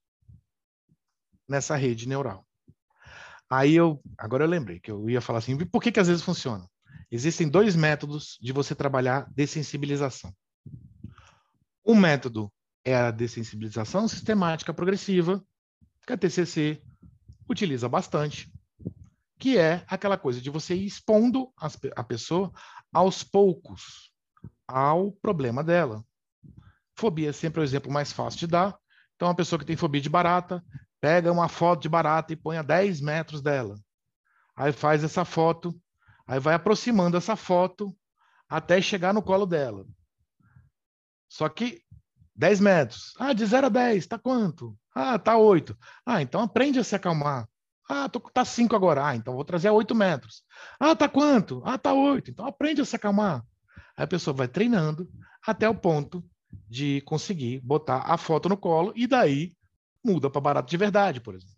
nessa rede neural. Aí eu, agora eu lembrei que eu ia falar assim, por que que às vezes funciona? Existem dois métodos de você trabalhar dessensibilização. Um método é a dessensibilização sistemática progressiva, que a T C C utiliza bastante, que é aquela coisa de você ir expondo a pessoa aos poucos ao problema dela. Fobia é sempre o exemplo mais fácil de dar. Então, uma pessoa que tem fobia de barata, pega uma foto de barata e põe a dez metros dela. Aí faz essa foto, aí vai aproximando essa foto até chegar no colo dela. Só que dez metros. Ah, de zero a dez, tá quanto? Ah, tá oito. Ah, então aprende a se acalmar. Ah, tô, tá cinco agora. Ah, então vou trazer a oito metros. Ah, tá quanto? Ah, tá oito. Então aprende a se acalmar. Aí a pessoa vai treinando até o ponto de conseguir botar a foto no colo e daí muda para barato de verdade, por exemplo.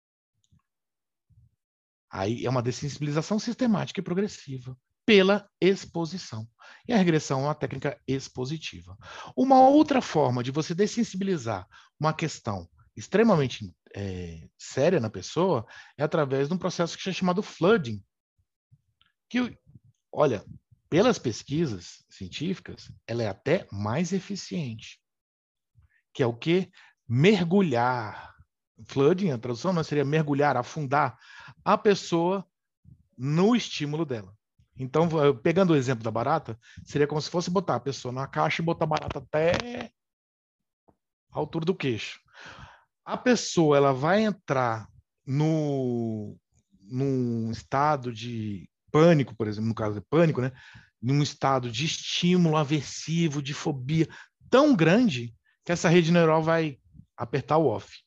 Aí é uma dessensibilização sistemática e progressiva pela exposição. E a regressão é uma técnica expositiva. Uma outra forma de você dessensibilizar uma questão extremamente é, séria na pessoa é através de um processo que é chamado flooding. Que, olha, pelas pesquisas científicas, ela é até mais eficiente. Que é o quê? Mergulhar. Flooding, a tradução não seria mergulhar, afundar a pessoa no estímulo dela. Então, pegando o exemplo da barata, seria como se fosse botar a pessoa numa caixa e botar a barata até a altura do queixo. A pessoa ela vai entrar no, num estado de pânico, por exemplo, no caso de pânico, né? Num estado de estímulo aversivo, de fobia tão grande que essa rede neural vai apertar o off.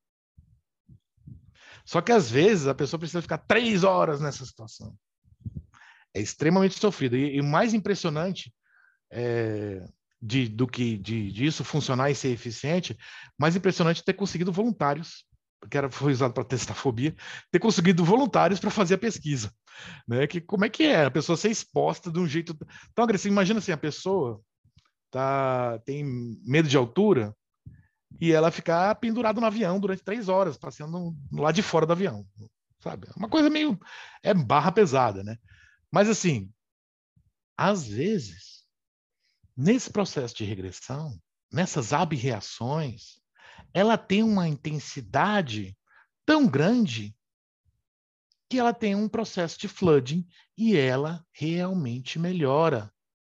Só que, às vezes, a pessoa precisa ficar três horas nessa situação. É extremamente sofrido. E, e o mais impressionante é, de, do que de, disso funcionar e ser eficiente, mais impressionante é ter conseguido voluntários, que era, foi usado para testar fobia, ter conseguido voluntários para fazer a pesquisa. Né? Que, como é que é a pessoa ser exposta de um jeito tão agressivo? Imagina assim, a pessoa tá, tem medo de altura, e ela ficar pendurada no avião durante três horas, passeando lá de fora do avião, sabe? Uma coisa meio... é barra pesada, né? Mas, assim, às vezes, nesse processo de regressão, nessas ab-reações, ela tem uma intensidade tão grande que ela tem um processo de flooding e ela realmente melhora.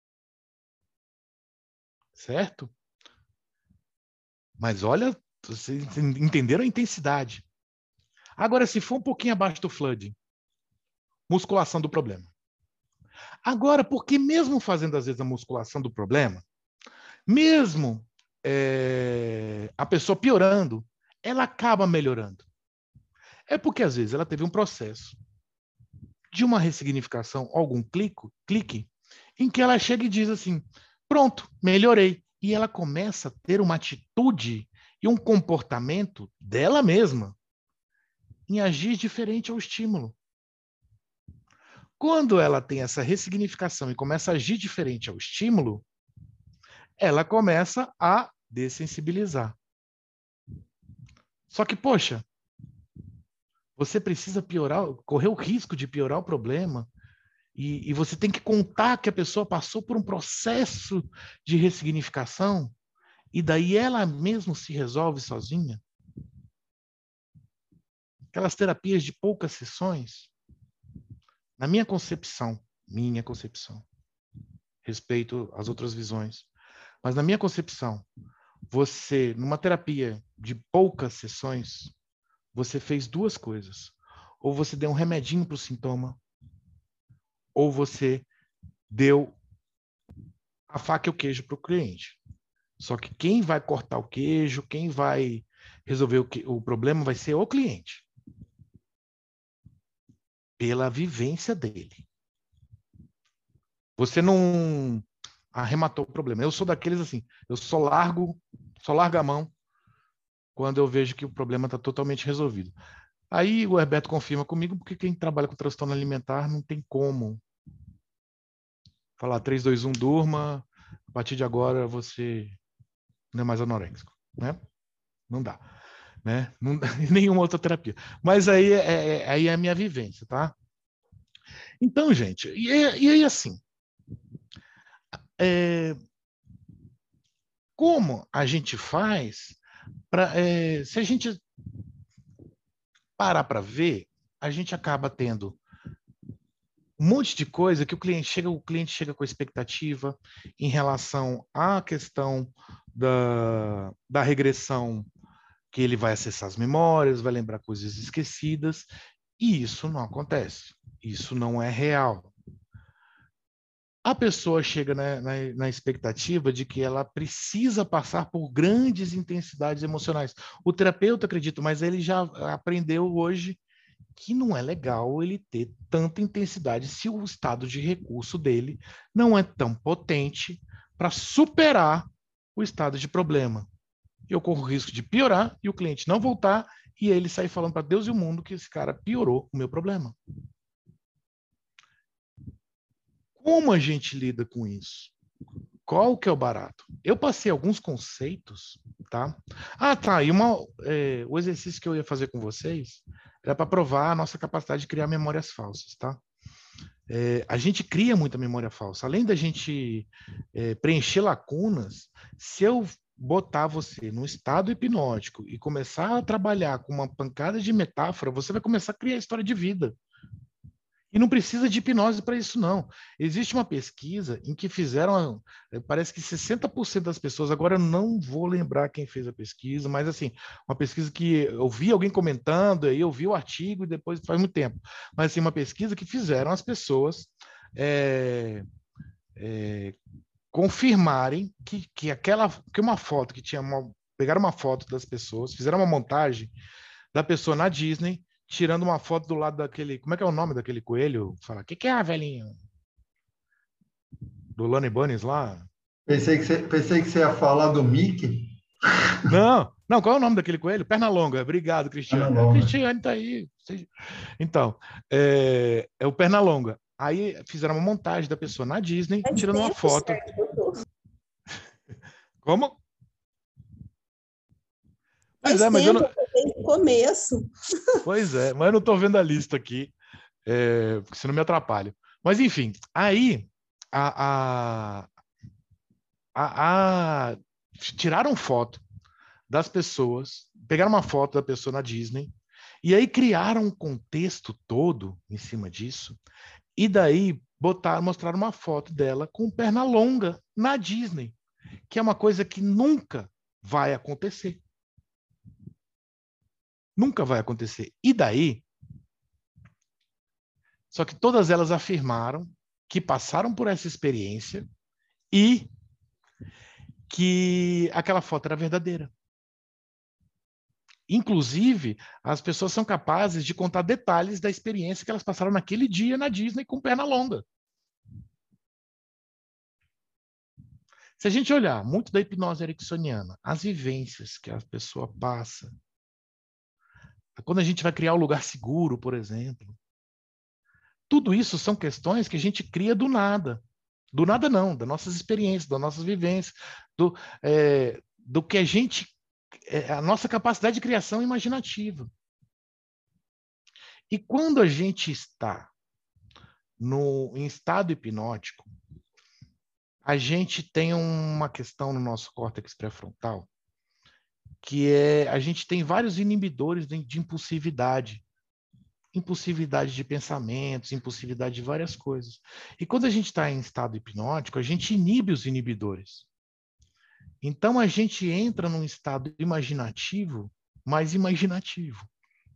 Certo? Mas olha, vocês entenderam a intensidade. Agora, se for um pouquinho abaixo do flooding, musculação do problema. Agora, porque mesmo fazendo, às vezes, a musculação do problema, mesmo é, a pessoa piorando, ela acaba melhorando. É porque, às vezes, ela teve um processo de uma ressignificação, algum clique, clique, em que ela chega e diz assim, pronto, melhorei. E ela começa a ter uma atitude e um comportamento dela mesma em agir diferente ao estímulo. Quando ela tem essa ressignificação e começa a agir diferente ao estímulo, ela começa a dessensibilizar. Só que, poxa, você precisa piorar, correr o risco de piorar o problema, e, e você tem que contar que a pessoa passou por um processo de ressignificação, e daí ela mesma se resolve sozinha. Aquelas terapias de poucas sessões, na minha concepção, minha concepção, respeito às outras visões, mas na minha concepção, você, numa terapia de poucas sessões, você fez duas coisas. Ou você deu um remedinho para o sintoma, ou você deu a faca e o queijo para o cliente. Só que quem vai cortar o queijo, quem vai resolver o, que, o problema vai ser o cliente. Pela vivência dele. Você não arrematou o problema. Eu sou daqueles assim, eu só largo, só largo a mão quando eu vejo que o problema está totalmente resolvido. Aí o Herberto confirma comigo, porque quem trabalha com transtorno alimentar não tem como falar três, dois, um, durma, a partir de agora você não é mais anoréxico, né? Não dá, né? Não dá, nenhuma outra terapia. Mas aí é, é, aí é a minha vivência, tá? Então, gente, e, e aí assim, é, como a gente faz para, é, se a gente parar para ver, a gente acaba tendo um monte de coisa que o cliente chega, o cliente chega com expectativa em relação à questão da, da regressão, que ele vai acessar as memórias, vai lembrar coisas esquecidas, e isso não acontece. Isso não é real. A pessoa chega na, na, na expectativa de que ela precisa passar por grandes intensidades emocionais. O terapeuta acredita, mas ele já aprendeu hoje que não é legal ele ter tanta intensidade se o estado de recurso dele não é tão potente para superar o estado de problema. Eu corro o risco de piorar e o cliente não voltar e ele sair falando para Deus e o mundo que esse cara piorou o meu problema. Como a gente lida com isso? Qual que é o barato? Eu passei alguns conceitos, tá? Ah, tá. E uma, é, o exercício que eu ia fazer com vocês era para provar a nossa capacidade de criar memórias falsas, tá? É, a gente cria muita memória falsa. Além da gente é, preencher lacunas, se eu botar você num estado hipnótico e começar a trabalhar com uma pancada de metáfora, você vai começar a criar história de vida. E não precisa de hipnose para isso, não. Existe uma pesquisa em que fizeram, parece que sessenta por cento das pessoas, agora eu não vou lembrar quem fez a pesquisa, mas assim, uma pesquisa que eu vi alguém comentando, aí eu vi o artigo e depois faz muito tempo. Mas assim, uma pesquisa que fizeram as pessoas é, é, confirmarem que, que aquela, que uma foto que tinha uma, pegaram uma foto das pessoas, fizeram uma montagem da pessoa na Disney, tirando uma foto do lado daquele. Como é que é o nome daquele coelho? Fala, o que, que é, velhinho? Do Lonnie Bunnies lá? Pensei que você, pensei que você ia falar do Mickey. Não, não, qual é o nome daquele coelho? Pernalonga. Obrigado, Ana Cristiane. A Longa. Cristiane tá aí. Então, é, é o Pernalonga. Aí fizeram uma montagem da pessoa na Disney, Faz tirando uma tempo, foto. certo, doutor? Como? Pois Faz é, mas eu tempo, não. desde o começo. Pois é, mas eu não estou vendo a lista aqui, é, porque senão me atrapalho. Mas, enfim, aí a, a, a, a, tiraram foto das pessoas, pegaram uma foto da pessoa na Disney, e aí criaram um contexto todo em cima disso, e daí botaram, mostraram uma foto dela com perna longa na Disney, que é uma coisa que nunca vai acontecer. Nunca vai acontecer. E daí, só que todas elas afirmaram que passaram por essa experiência e que aquela foto era verdadeira. Inclusive, as pessoas são capazes de contar detalhes da experiência que elas passaram naquele dia na Disney com perna longa. Se a gente olhar muito da hipnose ericksoniana, as vivências que a pessoa passa, quando a gente vai criar um lugar seguro, por exemplo, tudo isso são questões que a gente cria do nada. Do nada não, das nossas experiências, das nossas vivências, do, é, do que a gente... É, a nossa capacidade de criação imaginativa. E quando a gente está no, em estado hipnótico, a gente tem uma questão no nosso córtex pré-frontal, que é, a gente tem vários inibidores de, de impulsividade. Impulsividade de pensamentos, impulsividade de várias coisas. E quando a gente está em estado hipnótico, a gente inibe os inibidores. Então a gente entra num estado imaginativo, mais imaginativo.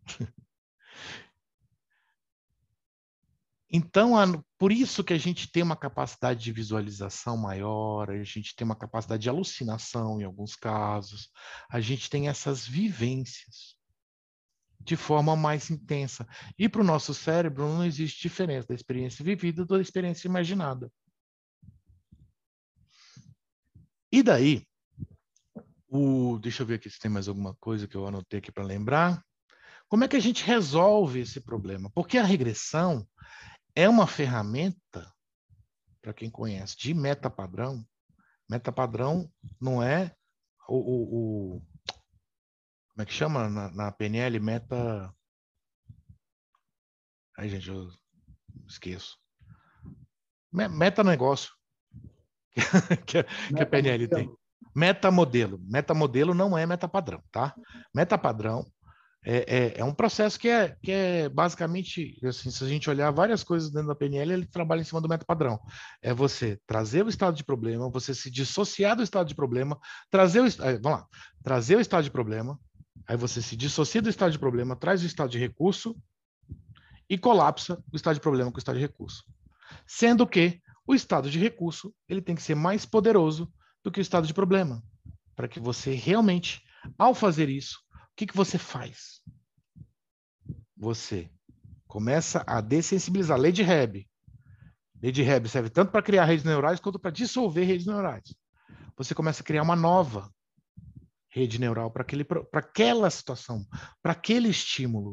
Então, por isso que a gente tem uma capacidade de visualização maior, a gente tem uma capacidade de alucinação em alguns casos, a gente tem essas vivências de forma mais intensa. E para o nosso cérebro não existe diferença da experiência vivida da experiência imaginada. E daí, o, deixa eu ver aqui se tem mais alguma coisa que eu anotei aqui para lembrar. Como é que a gente resolve esse problema? Porque a regressão é uma ferramenta, para quem conhece, de metapadrão. Metapadrão não é o, o, o como é que chama na, na P N L? Meta... Aí, gente, eu esqueço. Meta negócio que, a, que a P N L tem. Metamodelo. Metamodelo não é metapadrão, tá? Metapadrão é, é, é um processo que é, que é basicamente, assim, se a gente olhar várias coisas dentro da P N L, ele trabalha em cima do metapadrão. É você trazer o estado de problema, você se dissociar do estado de problema, trazer o, vamos lá, trazer o estado de problema, aí você se dissocia do estado de problema, traz o estado de recurso e colapsa o estado de problema com o estado de recurso. Sendo que o estado de recurso ele tem que ser mais poderoso do que o estado de problema, para que você realmente, ao fazer isso, o que, que você faz? Você começa a dessensibilizar. Lei de Hebb. Lei de Hebb serve tanto para criar redes neurais quanto para dissolver redes neurais. Você começa a criar uma nova rede neural para aquela situação, para aquele estímulo.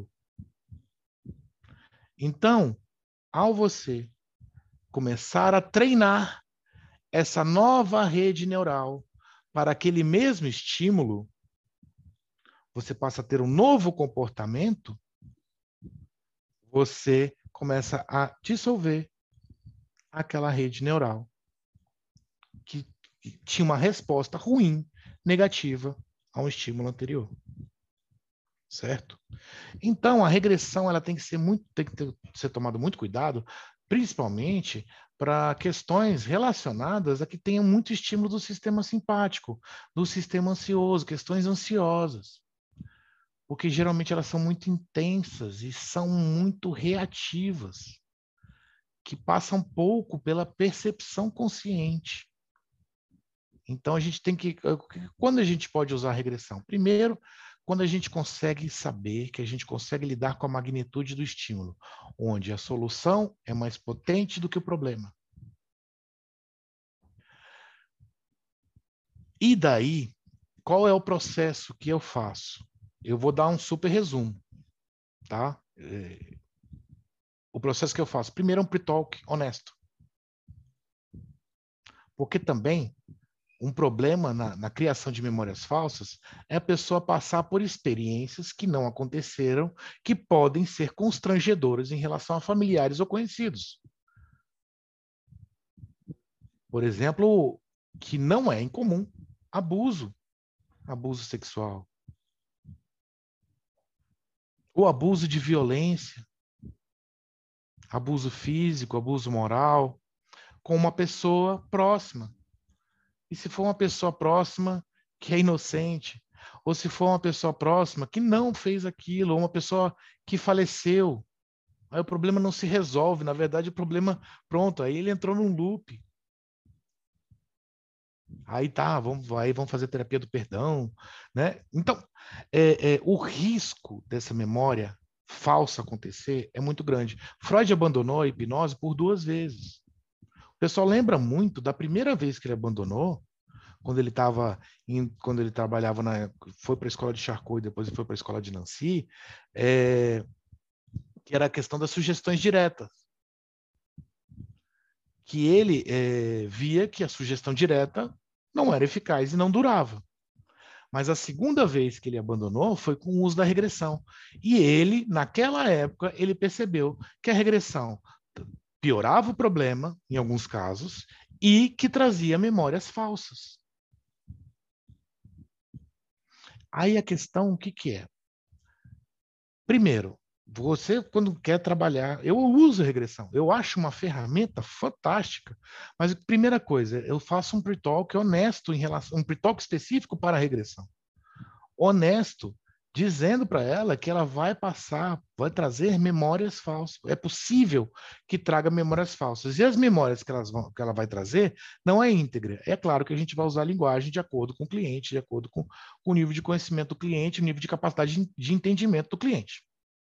Então, ao você começar a treinar essa nova rede neural para aquele mesmo estímulo, você passa a ter um novo comportamento, você começa a dissolver aquela rede neural que tinha uma resposta ruim, negativa a um estímulo anterior. Certo? Então, a regressão ela tem que ser muito, tem que ter, ser tomado muito cuidado, principalmente para questões relacionadas a que tenham muito estímulo do sistema simpático, do sistema ansioso, questões ansiosas. Porque geralmente elas são muito intensas e são muito reativas, que passam pouco pela percepção consciente. Então, a gente tem que... Quando a gente pode usar a regressão? Primeiro, quando a gente consegue saber que a gente consegue lidar com a magnitude do estímulo, onde a solução é mais potente do que o problema. E daí, qual é o processo que eu faço? Eu vou dar um super resumo, tá? É... O processo que eu faço, primeiro é um pre-talk honesto. Porque também um problema na, na criação de memórias falsas é a pessoa passar por experiências que não aconteceram, que podem ser constrangedoras em relação a familiares ou conhecidos. Por exemplo, que não é incomum, abuso, abuso sexual. Ou abuso de violência, abuso físico, abuso moral, com uma pessoa próxima. E se for uma pessoa próxima que é inocente, ou se for uma pessoa próxima que não fez aquilo, ou uma pessoa que faleceu, aí o problema não se resolve. Na verdade, o problema, pronto, aí ele entrou num loop. Aí tá, vamos, aí vamos fazer terapia do perdão, né? Então, é, é, o risco dessa memória falsa acontecer é muito grande. Freud abandonou a hipnose por duas vezes. O pessoal lembra muito da primeira vez que ele abandonou, quando ele estava, quando ele trabalhava na, foi para a escola de Charcot e depois foi para a escola de Nancy, é, que era a questão das sugestões diretas. Que ele é, via que a sugestão direta não era eficaz e não durava. Mas a segunda vez que ele abandonou foi com o uso da regressão. E ele, naquela época, ele percebeu que a regressão piorava o problema, em alguns casos, e que trazia memórias falsas. Aí a questão, o que, que é? Primeiro, você, quando quer trabalhar, eu uso a regressão, eu acho uma ferramenta fantástica, mas a primeira coisa, eu faço um pre-talk honesto em relação, um pre-talk específico para a regressão. Honesto, dizendo para ela que ela vai passar, vai trazer memórias falsas. É possível que traga memórias falsas. E as memórias que, elas vão, que ela vai trazer não é íntegra. É claro que a gente vai usar a linguagem de acordo com o cliente, de acordo com, com o nível de conhecimento do cliente, o nível de capacidade de, de entendimento do cliente.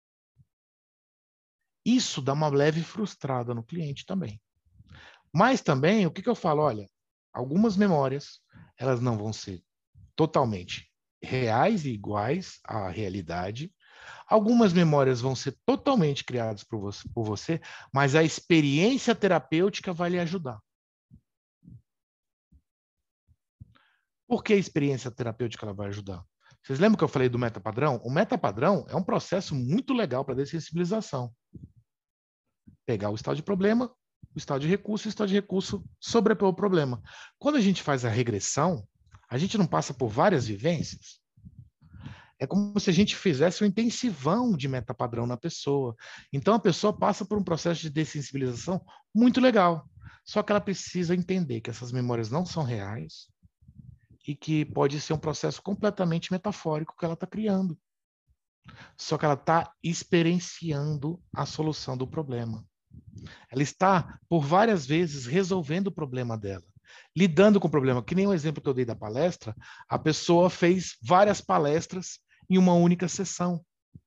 Isso dá uma leve frustrada no cliente também. Mas também, o que, que eu falo? Olha, algumas memórias, elas não vão ser totalmente reais e iguais à realidade. Algumas memórias vão ser totalmente criadas por você, por você, mas a experiência terapêutica vai lhe ajudar. Por que a experiência terapêutica ela vai ajudar? Vocês lembram que eu falei do metapadrão? O metapadrão é um processo muito legal para dessensibilização. Pegar o estado de problema, o estado de recurso, e o estado de recurso sobrepor o problema. Quando a gente faz a regressão, a gente não passa por várias vivências. É como se a gente fizesse um intensivão de metapadrão na pessoa. Então, a pessoa passa por um processo de dessensibilização muito legal. Só que ela precisa entender que essas memórias não são reais e que pode ser um processo completamente metafórico que ela está criando. Só que ela está experienciando a solução do problema. Ela está, por várias vezes, resolvendo o problema dela, lidando com o problema. Que nem o exemplo que eu dei da palestra, a pessoa fez várias palestras em uma única sessão.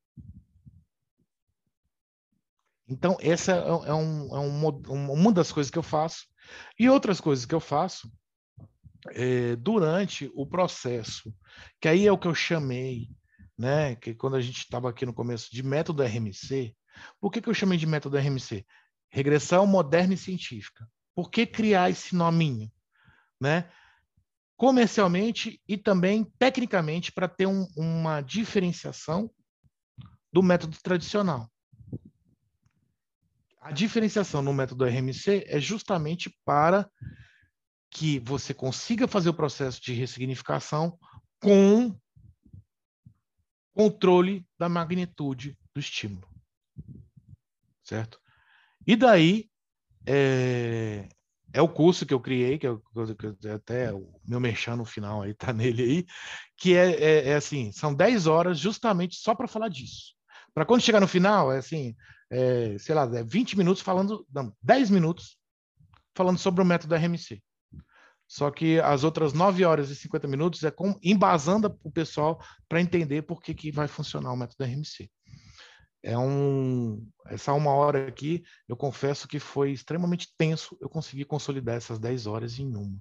Então, essa é, um, é um, uma das coisas que eu faço. E outras coisas que eu faço é, durante o processo, que aí é o que eu chamei, né, que quando a gente estava aqui no começo, de método R M C. Por que, que eu chamei de método R M C? Regressão moderna e científica. Por que criar esse nominho? Né? Comercialmente e também tecnicamente para ter um, uma diferenciação do método tradicional. A diferenciação no método R M C é justamente para que você consiga fazer o processo de ressignificação com controle da magnitude do estímulo. Certo? E daí, é, é o curso que eu criei, que, eu, que eu, até o meu merchan no final aí tá nele aí, que é, é, é assim, são dez horas justamente só para falar disso. Para quando chegar no final, é assim, é, sei lá, é vinte minutos falando, não, dez minutos falando sobre o método R M C. Só que as outras nove horas e cinquenta minutos é com, embasando o pessoal para entender por que, que vai funcionar o método R M C. É um, essa uma hora aqui, eu confesso que foi extremamente tenso eu consegui consolidar essas dez horas em uma.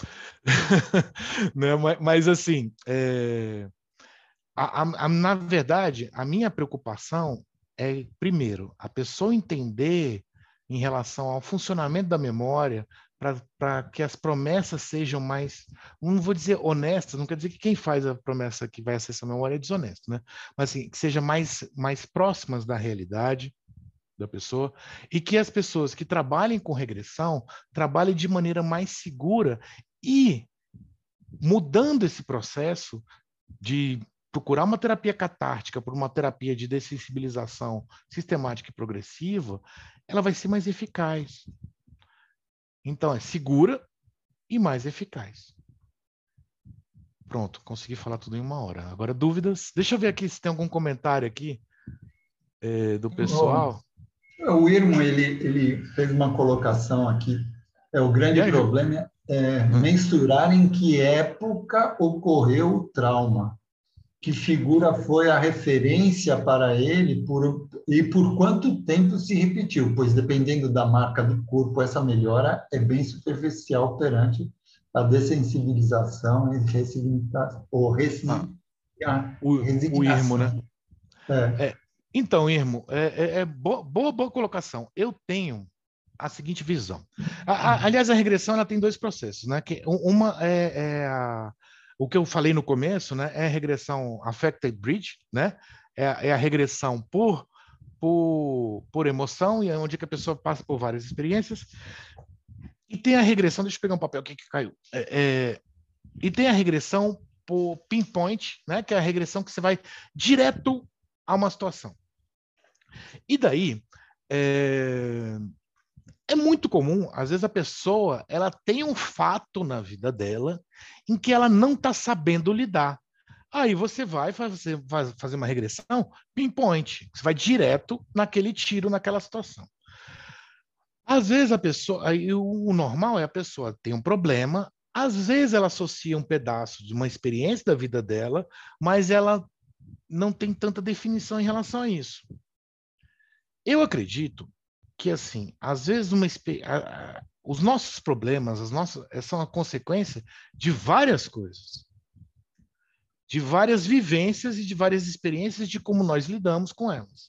Né? mas, mas, assim, é, a, a, a, na verdade, a minha preocupação é, primeiro, a pessoa entender em relação ao funcionamento da memória, para que as promessas sejam mais, não vou dizer honestas, não quer dizer que quem faz a promessa que vai acessar a memória é desonesto, né? Mas assim, que seja mais, mais próximas da realidade da pessoa e que as pessoas que trabalhem com regressão trabalhem de maneira mais segura e mudando esse processo de procurar uma terapia catártica por uma terapia de dessensibilização sistemática e progressiva, ela vai ser mais eficaz. Então, é segura e mais eficaz. Pronto, consegui falar tudo em uma hora. Agora, dúvidas? Deixa eu ver aqui se tem algum comentário aqui é, do pessoal. O Irmo, ele, ele fez uma colocação aqui. É, o grande aí, problema é mensurar em que época ocorreu o trauma. Que figura foi a referência para ele por, e por quanto tempo se repetiu, pois dependendo da marca do corpo, essa melhora é bem superficial perante a dessensibilização e ressignificação. Ou ressignificação. Ah, o, o Irmo, né? É. É, então, Irmo, é, é, é boa, boa, boa colocação. Eu tenho a seguinte visão. A, a, aliás, a regressão ela tem dois processos, né? Que uma é, é a o que eu falei no começo, né, é a regressão affected bridge, né, é, é a regressão por, por, por emoção, e é onde que a pessoa passa por várias experiências. E tem a regressão, deixa eu pegar um papel aqui que caiu, é, é, e tem a regressão por pinpoint, né, que é a regressão que você vai direto a uma situação. E daí, é, é muito comum, às vezes a pessoa ela tem um fato na vida dela em que ela não está sabendo lidar. Aí você vai fazer, vai fazer uma regressão pinpoint, você vai direto naquele tiro, naquela situação. Às vezes a pessoa, aí o normal é a pessoa ter um problema, às vezes ela associa um pedaço de uma experiência da vida dela, mas ela não tem tanta definição em relação a isso. Eu acredito que, assim, às vezes uma, a, a, os nossos problemas, as nossas, são a consequência de várias coisas, de várias vivências e de várias experiências de como nós lidamos com elas.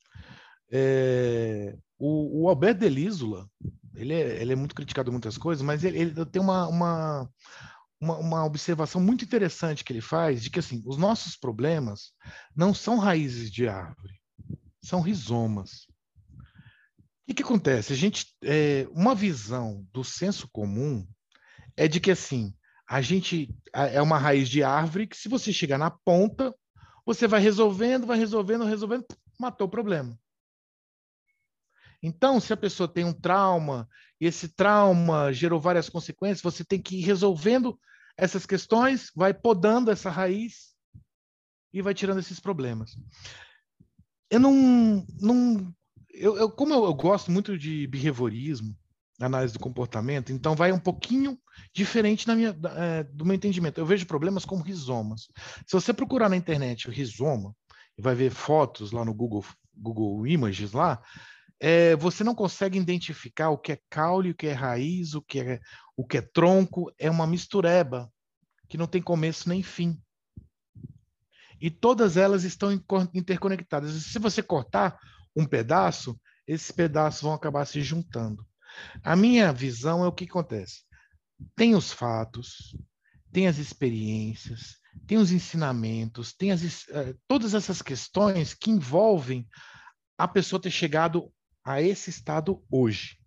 É, o, o Albert Delísula, ele é, ele é muito criticado em muitas coisas, mas ele, ele tem uma, uma, uma, uma observação muito interessante que ele faz, de que assim, os nossos problemas não são raízes de árvore, são rizomas. O que, que acontece? A gente, é, uma visão do senso comum é de que assim, a gente é uma raiz de árvore que se você chegar na ponta, você vai resolvendo, vai resolvendo, resolvendo, matou o problema. Então, se a pessoa tem um trauma, e esse trauma gerou várias consequências, você tem que ir resolvendo essas questões, vai podando essa raiz e vai tirando esses problemas. Eu não, não eu, eu, como eu, eu gosto muito de behaviorismo, análise do comportamento, então vai um pouquinho diferente na minha, é, do meu entendimento. Eu vejo problemas como rizomas. Se você procurar na internet o rizoma, e vai ver fotos lá no Google, Google Images lá, é, você não consegue identificar o que é caule, o que é raiz, o que é, o que é tronco, é uma mistureba que não tem começo nem fim. E todas elas estão interconectadas. E se você cortar um pedaço, esses pedaços vão acabar se juntando. A minha visão é o que acontece. Tem os fatos, tem as experiências, tem os ensinamentos, tem as, todas essas questões que envolvem a pessoa ter chegado a esse estado hoje.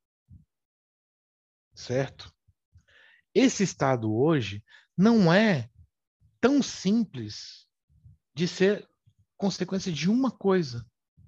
Certo? Esse estado hoje não é tão simples de ser consequência de uma coisa.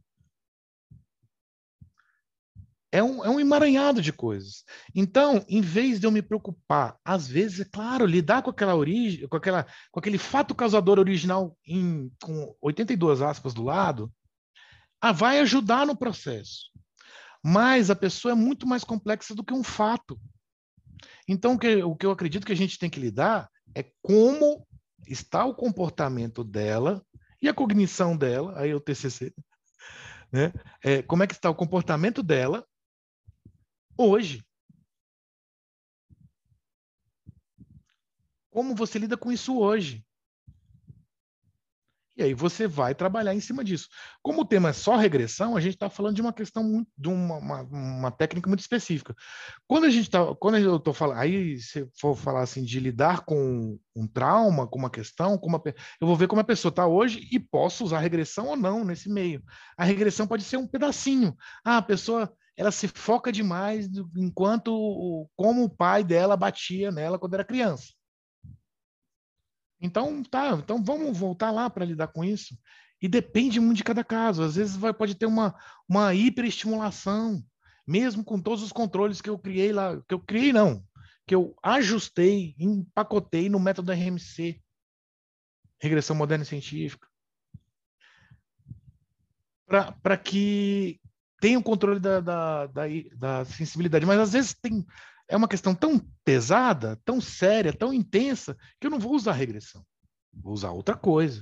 É um, é um emaranhado de coisas. Então, em vez de eu me preocupar, às vezes, é claro, lidar com aquela origem, com, aquela, com aquele fato causador original em, com oitenta e duas aspas do lado, ah, vai ajudar no processo. Mas a pessoa é muito mais complexa do que um fato. Então, o que, o que eu acredito que a gente tem que lidar é como está o comportamento dela e a cognição dela, aí é o T C C, né? É, como é que está o comportamento dela hoje. Como você lida com isso hoje? E aí você vai trabalhar em cima disso. Como o tema é só regressão, a gente está falando de uma questão muito, de uma, uma, uma técnica muito específica. Quando a gente está, quando eu estou falando, aí se for falar assim de lidar com um trauma, com uma questão, com uma, eu vou ver como a pessoa está hoje e posso usar regressão ou não nesse meio. A regressão pode ser um pedacinho. Ah, a pessoa ela se foca demais enquanto como o pai dela batia nela quando era criança. Então, tá, então vamos voltar lá para lidar com isso. E depende muito de cada caso. Às vezes vai, pode ter uma, uma hiperestimulação, mesmo com todos os controles que eu criei lá, que eu criei não, que eu ajustei, empacotei no método R M C, regressão moderna e científica, para que tenha o controle da, da, da, da sensibilidade. Mas às vezes tem, é uma questão tão pesada, tão séria, tão intensa, que eu não vou usar regressão. Vou usar outra coisa.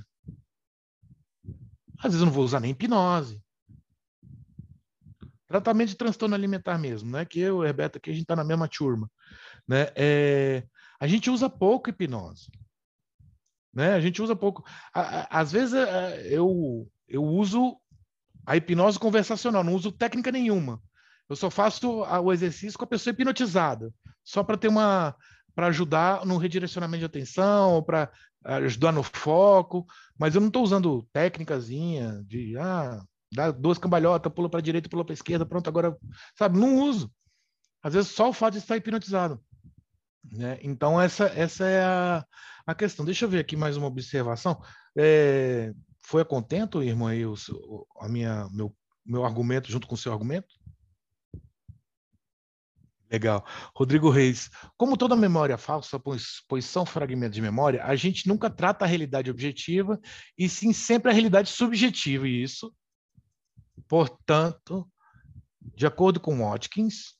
Às vezes eu não vou usar nem hipnose. Tratamento de transtorno alimentar mesmo, né? Que eu e o Roberto aqui, a gente está na mesma turma. Né? É, a gente usa pouco hipnose. Né? A gente usa pouco. Às vezes eu, eu uso a hipnose conversacional, não uso técnica nenhuma. Eu só faço o exercício com a pessoa hipnotizada, só para ter uma, para ajudar no redirecionamento de atenção, para ajudar no foco, mas eu não estou usando técnicazinha de ah, dá duas cambalhotas, pula para a direita, pula para a esquerda, pronto, agora, sabe, não uso. Às vezes só o fato de estar hipnotizado. Né? Então, essa, essa é a, a questão. Deixa eu ver aqui mais uma observação. É, foi a contento, irmão, aí, o, a minha, meu, meu argumento junto com o seu argumento? Legal. Rodrigo Reis, como toda memória falsa, pois, pois são fragmentos de memória, a gente nunca trata a realidade objetiva e sim sempre a realidade subjetiva. E isso, portanto, de acordo com Watkins,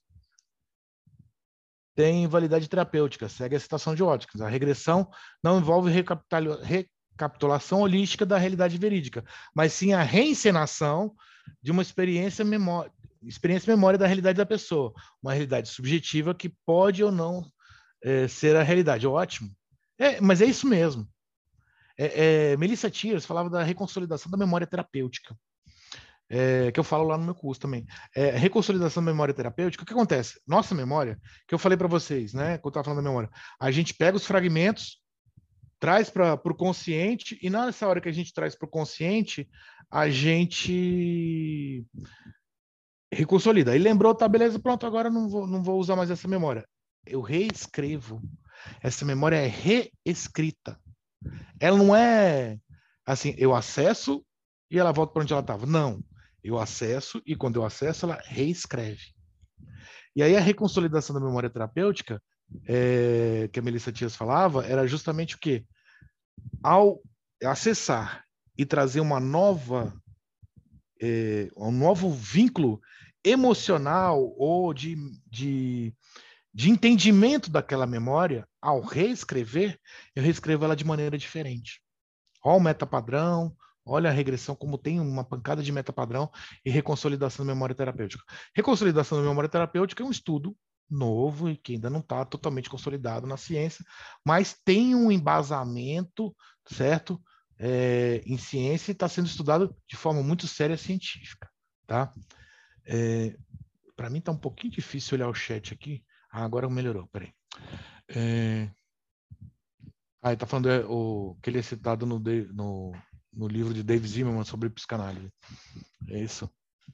tem validade terapêutica, segue a citação de Watkins. A regressão não envolve recapitulação holística da realidade verídica, mas sim a reencenação de uma experiência memória, experiência memória da realidade da pessoa, uma realidade subjetiva que pode ou não é, ser a realidade. Ótimo. É, mas é isso mesmo. É, é, Melissa Tiers falava da reconsolidação da memória terapêutica. é, que eu falo lá no meu curso também. É, reconsolidação da memória terapêutica, o que acontece? Nossa memória, que eu falei para vocês, né, quando eu estava falando da memória, a gente pega os fragmentos, traz para o consciente, e nessa hora que a gente traz para o consciente, a gente reconsolida. Aí lembrou, tá, beleza, pronto, agora não vou, não vou usar mais essa memória. Eu reescrevo. Essa memória é reescrita. Ela não é assim, eu acesso e ela volta para onde ela estava. Não. Eu acesso e quando eu acesso, ela reescreve. E aí a reconsolidação da memória terapêutica, é, que a Melissa Tias falava, era justamente o quê? Ao acessar e trazer uma nova, é, um novo vínculo emocional ou de, de, de entendimento daquela memória, ao reescrever, eu reescrevo ela de maneira diferente. Olha o metapadrão, olha a regressão, como tem uma pancada de metapadrão e reconsolidação da memória terapêutica. Reconsolidação da memória terapêutica é um estudo novo e que ainda não está totalmente consolidado na ciência, mas tem um embasamento, certo? É, em ciência e está sendo estudado de forma muito séria científica, tá? É, para mim está um pouquinho difícil olhar o chat aqui. Ah, agora melhorou, peraí. É... Ah, ele está falando é, o, que ele é citado no, no, no livro de Dave Zimmerman sobre psicanálise. É isso.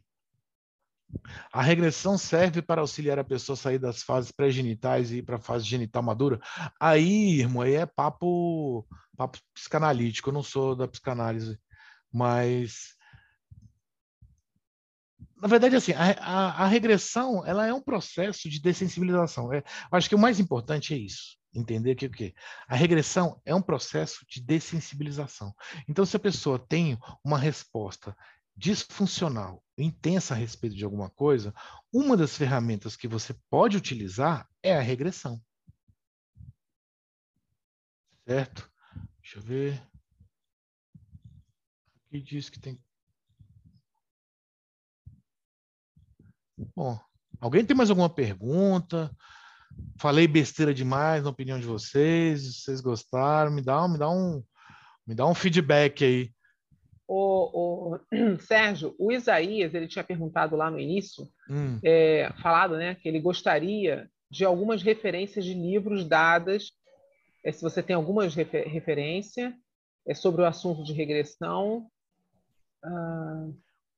A regressão serve para auxiliar a pessoa a sair das fases pré-genitais e ir para a fase genital madura? Aí, irmão, aí é papo, papo psicanalítico. Eu não sou da psicanálise, mas... Na verdade, assim, a, a, a regressão ela é um processo de dessensibilização. É, eu acho que o mais importante é isso. Entender que o quê? A regressão é um processo de dessensibilização. Então, se a pessoa tem uma resposta disfuncional, intensa a respeito de alguma coisa, uma das ferramentas que você pode utilizar é a regressão. Certo? Deixa eu ver. Aqui diz que tem... Bom, alguém tem mais alguma pergunta? Falei besteira demais na opinião de vocês? Vocês gostaram? Me dá, me dá um, me dá um feedback aí. O, o Sérgio, o Isaías, ele tinha perguntado lá no início, Hum. é, falado, né, que ele gostaria de algumas referências de livros dadas, é, se você tem algumas refer referências é, sobre o assunto de regressão. Ah,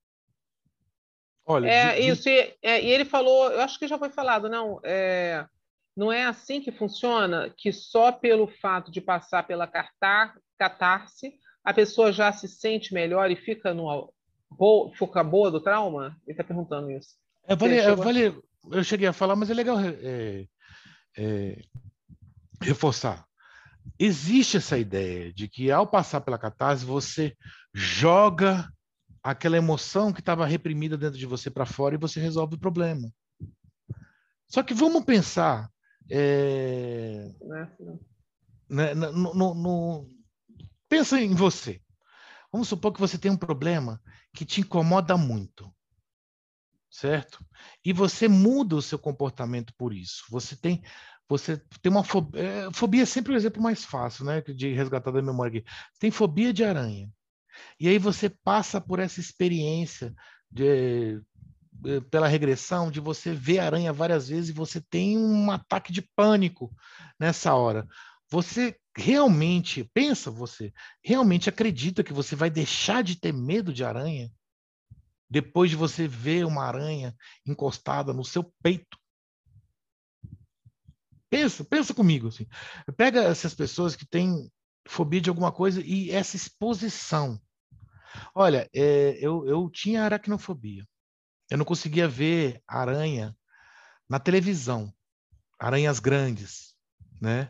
Olha, é de, de... isso. E, é, e ele falou, eu acho que já foi falado, não, é, não é assim que funciona, que só pelo fato de passar pela catar catarse a pessoa já se sente melhor e fica, no, bo, fica boa do trauma? Ele está perguntando isso. É, vale, é, vale, eu cheguei a falar, mas é legal é, é, reforçar. Existe essa ideia de que ao passar pela catarse, você joga aquela emoção que estava reprimida dentro de você para fora e você resolve o problema. Só que vamos pensar... É, né, no, no, no, pensa em você. Vamos supor que você tem um problema que te incomoda muito, certo? E você muda o seu comportamento por isso. Você tem, você tem uma fobia. Fobia é sempre o exemplo mais fácil, né? De resgatar da memória aqui. Tem fobia de aranha. E aí você passa por essa experiência de, pela regressão, de você ver a aranha várias vezes e você tem um ataque de pânico nessa hora. Você realmente, pensa você, realmente acredita que você vai deixar de ter medo de aranha depois de você ver uma aranha encostada no seu peito? Pensa, pensa comigo. Assim. Pega essas pessoas que têm fobia de alguma coisa e essa exposição. Olha, é, eu, eu tinha aracnofobia. Eu não conseguia ver aranha na televisão, aranhas grandes, né?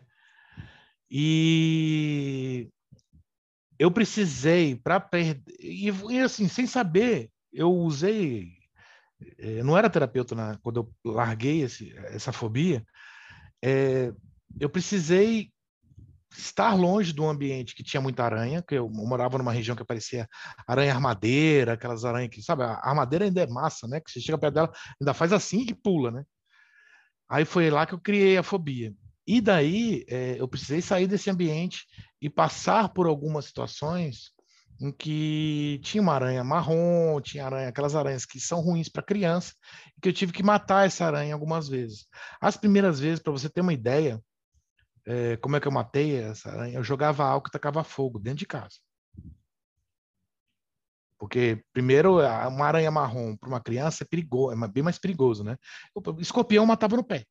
E eu precisei para perder e, e assim, sem saber, eu usei, eu não era terapeuta na, quando eu larguei esse, essa fobia, é, eu precisei estar longe do ambiente que tinha muita aranha, que eu morava numa região que parecia aranha armadeira, aquelas aranhas que, sabe, a armadeira ainda é massa, né? Que você chega perto dela, ainda faz assim e pula, né? Aí foi lá que eu criei a fobia. E daí é, eu precisei sair desse ambiente e passar por algumas situações em que tinha uma aranha marrom, tinha aranha, aquelas aranhas que são ruins para criança, e que eu tive que matar essa aranha algumas vezes. As primeiras vezes, para você ter uma ideia, é, como é que eu matei essa aranha, eu jogava álcool e tacava fogo dentro de casa. Porque, primeiro, uma aranha marrom para uma criança é perigoso, é bem mais perigoso, né? O escorpião matava no pé.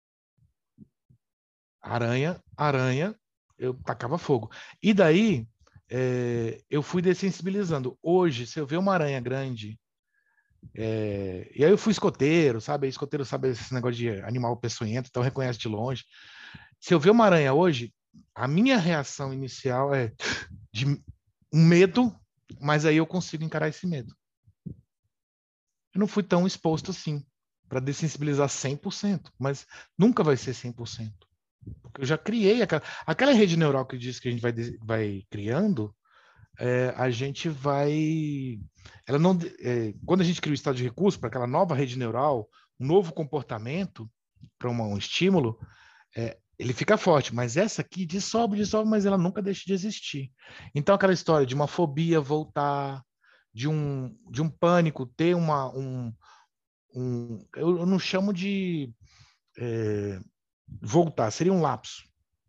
Aranha, aranha, eu tacava fogo. E daí, é, eu fui dessensibilizando. Hoje, se eu ver uma aranha grande, é, e aí eu fui escoteiro, sabe? Escoteiro sabe esse negócio de animal peçonhento, então reconhece de longe. Se eu ver uma aranha hoje, a minha reação inicial é de um medo, mas aí eu consigo encarar esse medo. Eu não fui tão exposto assim para dessensibilizar cem por cento, mas nunca vai ser cem por cento. Porque eu já criei aquela, aquela rede neural que diz que a gente vai, vai criando, é, a gente vai... Ela não, é, quando a gente cria o estado de recurso para aquela nova rede neural, um novo comportamento para um estímulo, é, ele fica forte, mas essa aqui dissolve, dissolve, mas ela nunca deixa de existir. Então, aquela história de uma fobia voltar, de um, de um pânico ter uma... Um, um, eu, eu não chamo de... É, voltar, seria um lapso.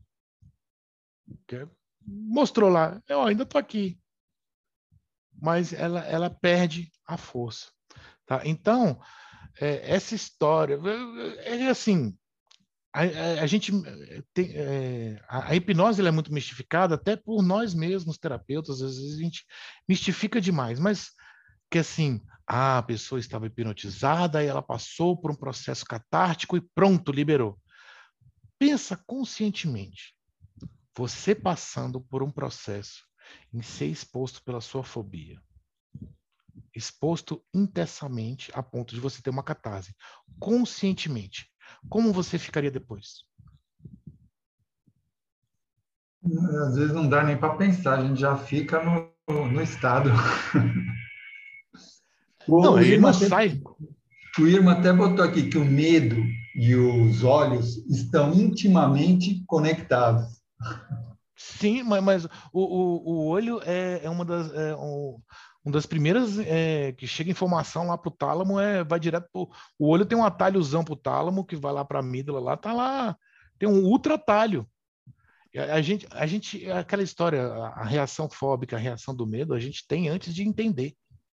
Mostrou lá, eu ainda estou aqui, mas ela, ela perde a força. Tá? Então, é, essa história, é, é assim, a, a, a gente tem, é, a, a hipnose ela é muito mistificada até por nós mesmos, terapeutas, às vezes a gente mistifica demais, mas que assim, ah, a pessoa estava hipnotizada e ela passou por um processo catártico e pronto, liberou. Pensa conscientemente. Você passando por um processo em ser exposto pela sua fobia, exposto intensamente a ponto de você ter uma catarse, conscientemente, como você ficaria depois? Às vezes não dá nem para pensar, a gente já fica no, no estado. Não, O, o, ele não Irma até, sai. o Irma até botou aqui que o medo e os olhos estão intimamente conectados. Sim, mas, mas o, o, o olho é, é uma das... É, um, uma das primeiras é, que chega informação lá para o tálamo, é, vai direto pro, o olho tem um atalhozão para o tálamo, que vai lá para a amígdala, lá tá lá, tem um ultra atalho. A, a gente, a gente, aquela história, a, a reação fóbica, a reação do medo, a gente tem antes de entender.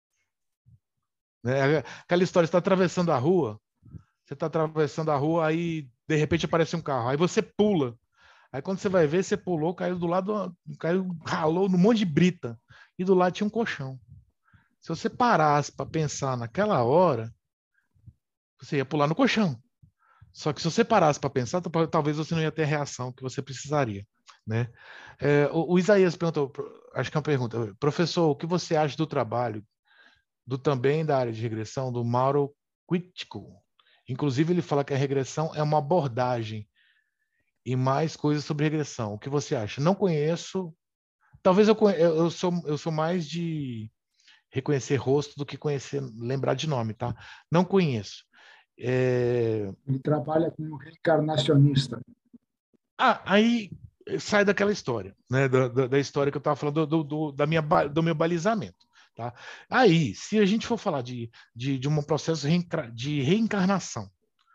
Né? Aquela história, você está atravessando a rua, você está atravessando a rua, aí de repente aparece um carro, aí você pula. Aí quando você vai ver, você pulou, caiu do lado, caiu, ralou num monte de brita, e do lado tinha um colchão. Se você parasse para pensar naquela hora, você ia pular no colchão. Só que se você parasse para pensar, talvez você não ia ter a reação que você precisaria. Né? É, o, o Isaías perguntou, acho que é uma pergunta, professor, o que você acha do trabalho do também da área de regressão, do Mauro Quitico? Inclusive, ele fala que a regressão é uma abordagem e mais coisas sobre regressão. O que você acha? Não conheço. Talvez eu, eu, sou, eu sou mais de reconhecer rosto do que conhecer, lembrar de nome, tá? Não conheço. É... Ele trabalha como reencarnacionista. Ah, aí sai daquela história, né? Da, da, da história que eu estava falando do, do, da minha, do meu balizamento. Tá? Aí, se a gente for falar de, de, de um processo de reencarnação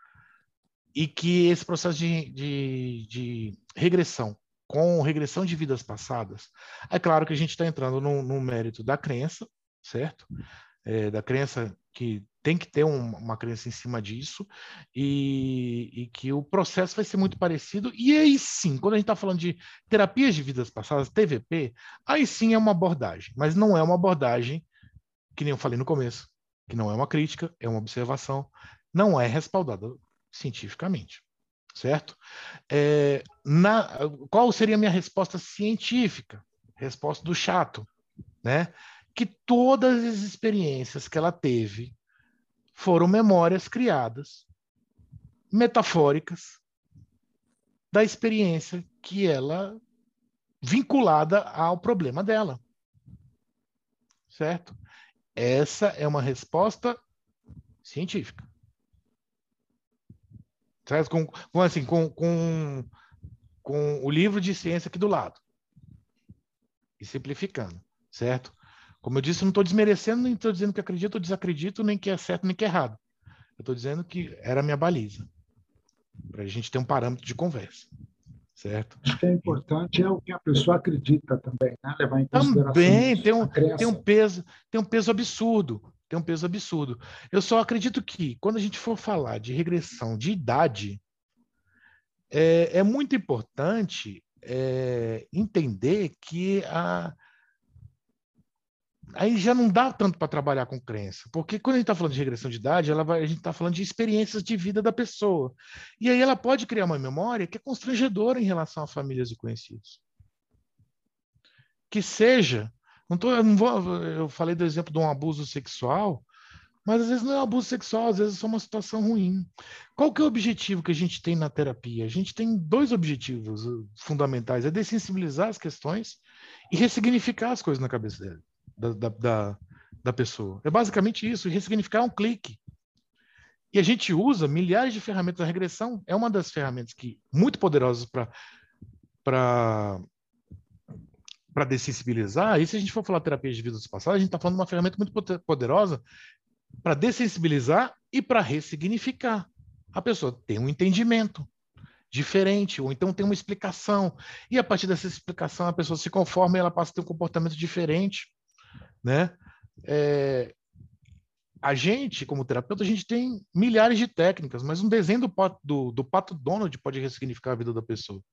e que esse processo de, de, de regressão com regressão de vidas passadas, é claro que a gente está entrando no, no mérito da crença, certo? É, da crença que tem que ter um, uma crença em cima disso e, e que o processo vai ser muito parecido. E aí sim, quando a gente está falando de terapias de vidas passadas, T V P, aí sim é uma abordagem, mas não é uma abordagem, que nem eu falei no começo, que não é uma crítica, é uma observação, não é respaldada cientificamente, certo? É, na, qual seria a minha resposta científica? Resposta do chato, né? Que todas as experiências que ela teve foram memórias criadas, metafóricas, da experiência que ela vinculada ao problema dela. Certo? Essa é uma resposta científica. Certo? Com, com, assim, com, com, com o livro de ciência aqui do lado. E simplificando. certo? Como eu disse, eu não estou desmerecendo, nem estou dizendo que acredito ou desacredito, nem que é certo, nem que é errado. Eu estou dizendo que era a minha baliza, para a gente ter um parâmetro de conversa, certo? Acho que é importante é o que a pessoa acredita também, né? Levar em consideração Também isso, tem um, a crença. tem um peso, tem um peso absurdo, tem um peso absurdo. Eu só acredito que, quando a gente for falar de regressão de idade, é, é muito importante é, entender que a, aí já não dá tanto para trabalhar com crença, porque quando a gente está falando de regressão de idade, ela vai, a gente está falando de experiências de vida da pessoa. E aí ela pode criar uma memória que é constrangedora em relação a famílias e conhecidos. Que seja, não tô, eu, não vou, eu falei do exemplo de um abuso sexual, mas às vezes não é um abuso sexual, às vezes é só uma situação ruim. Qual que é o objetivo que a gente tem na terapia? A gente tem dois objetivos fundamentais, é dessensibilizar as questões e ressignificar as coisas na cabeça dele. Da, da, da, da pessoa. É basicamente isso, ressignificar é um clique. E a gente usa milhares de ferramentas. A regressão é uma das ferramentas que muito poderosas para para dessensibilizar. E se a gente for falar terapia de vidas passadas, a gente está falando de uma ferramenta muito poderosa para dessensibilizar e para ressignificar. A pessoa tem um entendimento diferente, ou então tem uma explicação. E a partir dessa explicação, a pessoa se conforma e ela passa a ter um comportamento diferente. Né? É, a gente, como terapeuta, a gente tem milhares de técnicas, mas um desenho do, do, do Pato Donald pode ressignificar a vida da pessoa.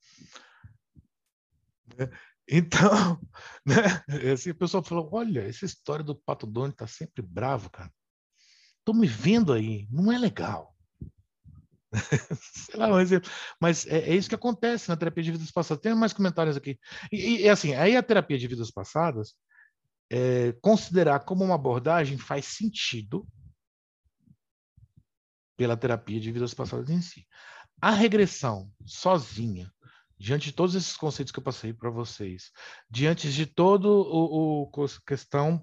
Então, né? Assim, a pessoa falou, olha, essa história do Pato Donald tá sempre bravo, cara. Tô me vendo aí, não é legal. Sei lá, um exemplo. Mas é, é isso que acontece na terapia de vidas passadas. Tem mais comentários aqui. E, e assim, aí a terapia de vidas passadas, É, considerar como uma abordagem faz sentido pela terapia de vidas passadas em si. A regressão sozinha, diante de todos esses conceitos que eu passei para vocês, diante de todo o, o questão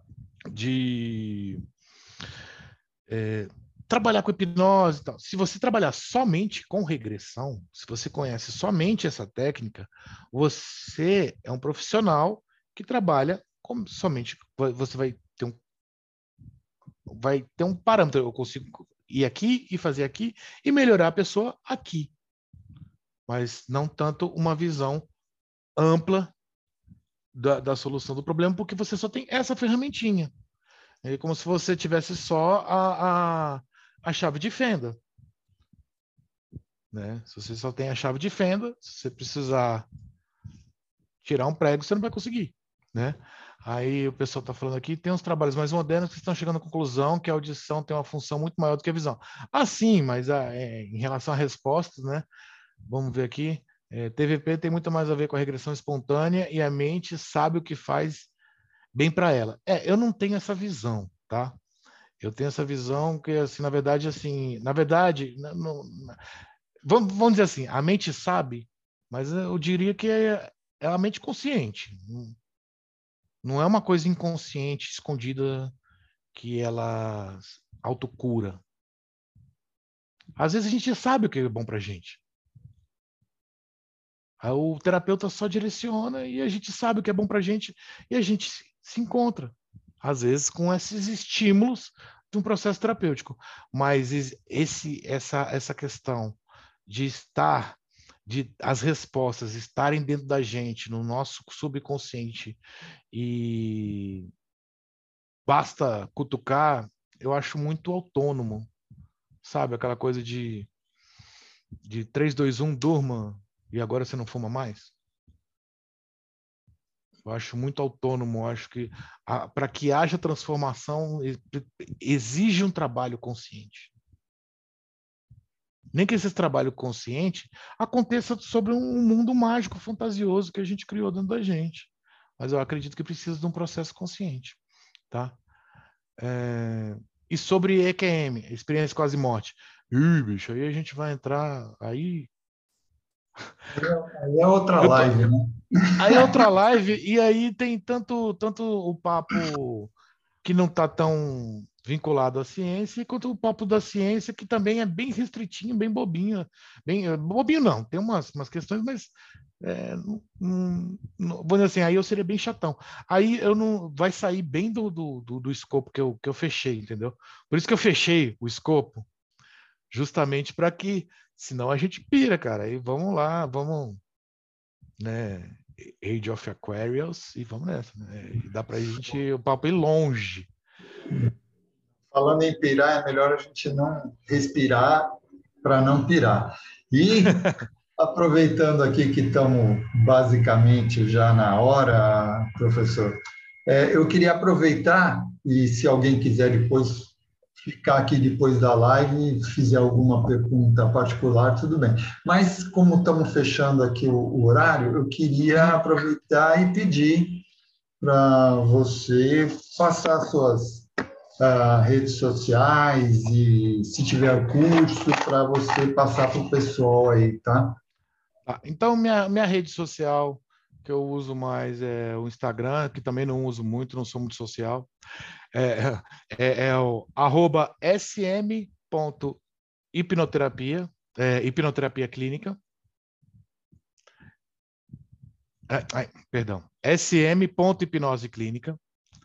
de é, trabalhar com hipnose e tal. Se você trabalhar somente com regressão, se você conhece somente essa técnica, você é um profissional que trabalha como somente você vai ter um vai ter um parâmetro, eu consigo ir aqui e fazer aqui e melhorar a pessoa aqui, mas não tanto uma visão ampla da, da solução do problema, porque você só tem essa ferramentinha. É como se você tivesse só a, a, a chave de fenda, né? Se você só tem a chave de fenda, se você precisar tirar um prego, você não vai conseguir, né? Aí o pessoal está falando aqui, tem uns trabalhos mais modernos que estão chegando à conclusão que a audição tem uma função muito maior do que a visão. Ah, sim, mas ah, é, em relação a respostas, né? Vamos ver aqui. É, T V P tem muito mais a ver com a regressão espontânea e a mente sabe o que faz bem para ela. É, eu não tenho essa visão, tá? Eu tenho essa visão que, assim, na verdade, assim, na verdade, não, não, vamos, vamos dizer assim, a mente sabe, mas eu diria que é, é a mente consciente. Não é uma coisa inconsciente, escondida, que ela autocura. Às vezes a gente sabe o que é bom pra gente. O terapeuta só direciona e a gente sabe o que é bom pra gente e a gente se encontra, às vezes, com esses estímulos de um processo terapêutico. Mas esse, essa, essa questão de estar, de as respostas estarem dentro da gente, no nosso subconsciente, e basta cutucar, eu acho muito autônomo, sabe? Aquela coisa de, de três, dois, um, durma, e agora você não fuma mais. Eu acho muito autônomo, eu acho que para que haja transformação exige um trabalho consciente. Nem que esse trabalho consciente aconteça sobre um mundo mágico, fantasioso que a gente criou dentro da gente. Mas eu acredito que precisa de um processo consciente, tá? É... E sobre E Q M, experiência quase morte. Ih, bicho, aí a gente vai entrar, aí... Aí é outra tô... live, né? Aí é outra live, e aí tem tanto, tanto o papo que não está tão vinculado à ciência, quanto o papo da ciência, que também é bem restritinho, bem bobinho. Bem, bobinho não, tem umas, umas questões, mas É, não, não, não, vou dizer assim, aí eu seria bem chatão. Aí eu não vai sair bem do, do, do, do escopo que eu, que eu fechei, entendeu? Por isso que eu fechei o escopo, justamente para que, senão a gente pira, cara. Aí vamos lá, vamos, né? Age of Aquarius e vamos nessa, né? E dá para a gente o papo ir longe. Falando em pirar, é melhor a gente não respirar para não pirar. E aproveitando aqui que estamos basicamente já na hora, professor, é, eu queria aproveitar, e se alguém quiser depois ficar aqui depois da live e fizer alguma pergunta particular, tudo bem. Mas como estamos fechando aqui o, o horário, eu queria aproveitar e pedir para você passar suas uh, redes sociais e se tiver curso para você passar para o pessoal aí, tá? Tá, então, minha, minha rede social que eu uso mais é o Instagram, que também não uso muito, não sou muito social. É, é, é o arroba sm.hipnoterapia, é, hipnoterapia clínica. É, ai, perdão, sm.hipnose clínica.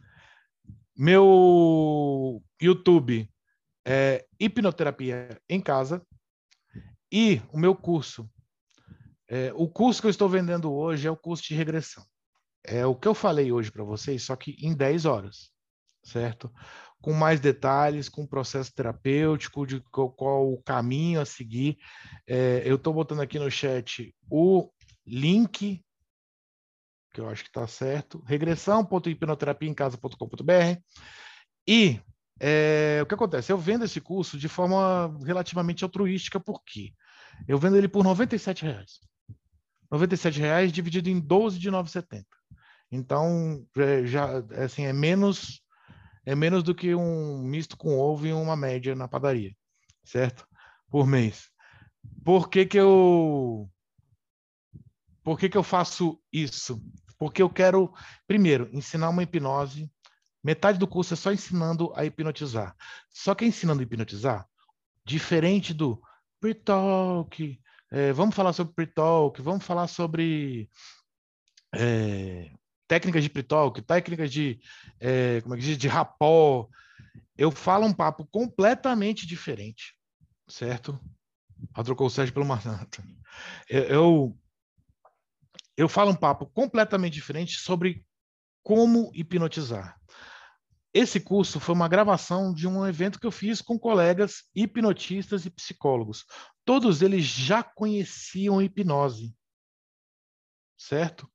Meu YouTube é Hipnoterapia em Casa. E o meu curso, é, o curso que eu estou vendendo hoje é o curso de regressão. É o que eu falei hoje para vocês, só que em dez horas, certo? Com mais detalhes, com o processo terapêutico, de qual, qual o caminho a seguir. É, eu estou botando aqui no chat o link, que eu acho que está certo, regressão ponto hipnoterapia em casa ponto com ponto br. E é, o que acontece? Eu vendo esse curso de forma relativamente altruística, por quê? Eu vendo ele por noventa e sete reais. noventa e sete reais dividido em doze de novecentos e setenta. Então, é, já, assim, é menos, é menos do que um misto com ovo e uma média na padaria, certo? Por mês. Por que que eu, por que que eu faço isso? Porque eu quero, primeiro, ensinar uma hipnose. Metade do curso é só ensinando a hipnotizar. Só que ensinando a hipnotizar, diferente do pre-talk, é, vamos falar sobre pre-talk, vamos falar sobre é, técnicas de pre-talk, técnicas de, é, como é que diz, de rapport. Eu falo um papo completamente diferente, certo? Ah, trocou o Sérgio pelo Marnato. Eu, eu falo um papo completamente diferente sobre como hipnotizar. Esse curso foi uma gravação de um evento que eu fiz com colegas hipnotistas e psicólogos. Todos eles já conheciam hipnose, certo?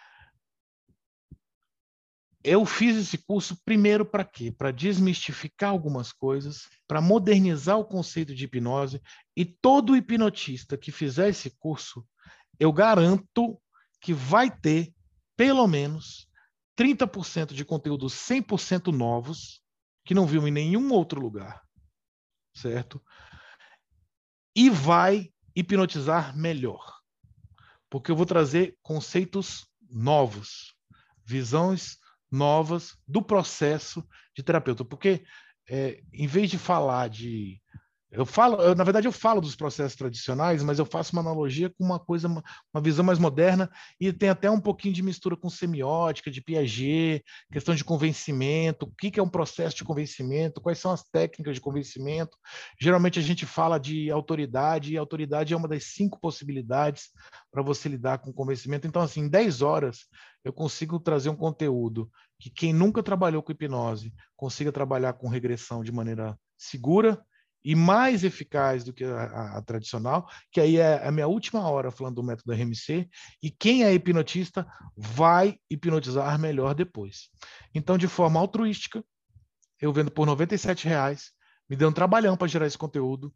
Eu fiz esse curso primeiro para quê? Para desmistificar algumas coisas, para modernizar o conceito de hipnose, e todo hipnotista que fizer esse curso, eu garanto que vai ter pelo menos trinta por cento de conteúdos cem por cento novos, que não viu em nenhum outro lugar, certo? E vai hipnotizar melhor, porque eu vou trazer conceitos novos, visões novas do processo de terapeuta, porque é, em vez de falar de Eu falo, eu, na verdade, eu falo dos processos tradicionais, mas eu faço uma analogia com uma coisa, uma, uma visão mais moderna, e tem até um pouquinho de mistura com semiótica, de Piaget, questão de convencimento, o que, que é um processo de convencimento, quais são as técnicas de convencimento. Geralmente a gente fala de autoridade, e autoridade é uma das cinco possibilidades para você lidar com convencimento. Então, assim, em dez horas, eu consigo trazer um conteúdo que quem nunca trabalhou com hipnose consiga trabalhar com regressão de maneira segura e mais eficaz do que a, a, a tradicional, que aí é a minha última hora falando do método R M C, e quem é hipnotista vai hipnotizar melhor depois. Então, de forma altruística, eu vendo por noventa e sete reais, me deu um trabalhão para gerar esse conteúdo,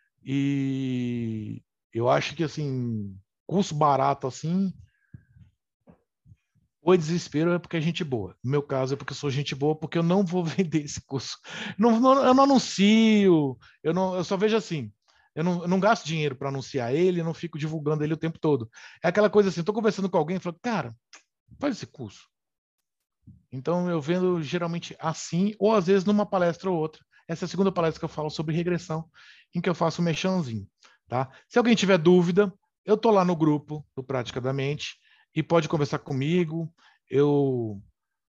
e eu acho que, assim, curso barato assim, o desespero é porque é gente boa. No meu caso é porque eu sou gente boa, porque eu não vou vender esse curso. Não, não, eu não anuncio, eu, não, eu só vejo assim, eu não, eu não gasto dinheiro para anunciar ele, eu não fico divulgando ele o tempo todo. É aquela coisa assim, estou conversando com alguém e falo, cara, faz esse curso. Então eu vendo geralmente assim, ou às vezes numa palestra ou outra. Essa é a segunda palestra que eu falo sobre regressão, em que eu faço um mexãozinho. Tá? Se alguém tiver dúvida, eu estou lá no grupo do Praticadamente e pode conversar comigo. Eu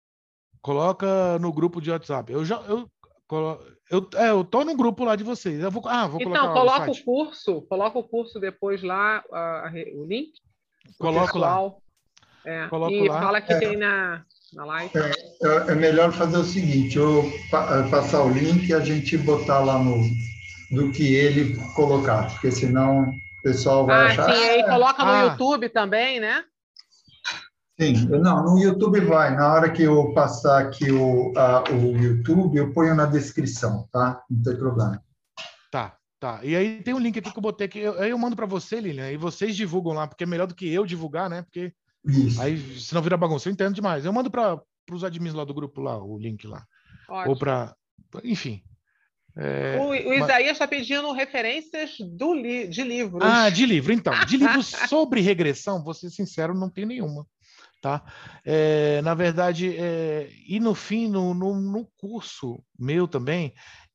coloca no grupo de WhatsApp. Eu já eu eu é, eu tô no grupo lá de vocês. Eu vou ah, vou Então, colocar lá coloca no o site. curso, coloca o curso depois lá, a- a- o link, pro Coloco lá. pessoal. É, Coloco e lá. fala que É. tem na, na live. É, é melhor fazer o seguinte, eu pa- passar o link e a gente botar lá no do que ele colocar, porque senão o pessoal vai Ah, achar. sim, aí coloca no Ah. YouTube também, né? Sim, não, no YouTube vai. Na hora que eu passar aqui o, a, o YouTube, eu ponho na descrição, tá? Não tem problema. Tá, tá. E aí tem um link aqui que eu botei aqui. Eu, aí eu mando para você, Lilian, e vocês divulgam lá, porque é melhor do que eu divulgar, né? Porque Isso. aí, senão vira bagunça. Eu entendo demais. Eu mando para os admins lá do grupo, lá, o link lá. Ótimo. Ou para. Enfim. É, O, o mas- Isaías está pedindo referências do li, de livros. Ah, de livro, então. De livros sobre regressão, vou ser sincero, não tem nenhuma. Tá? É, na verdade, é, e no fim, no, no, no curso meu também,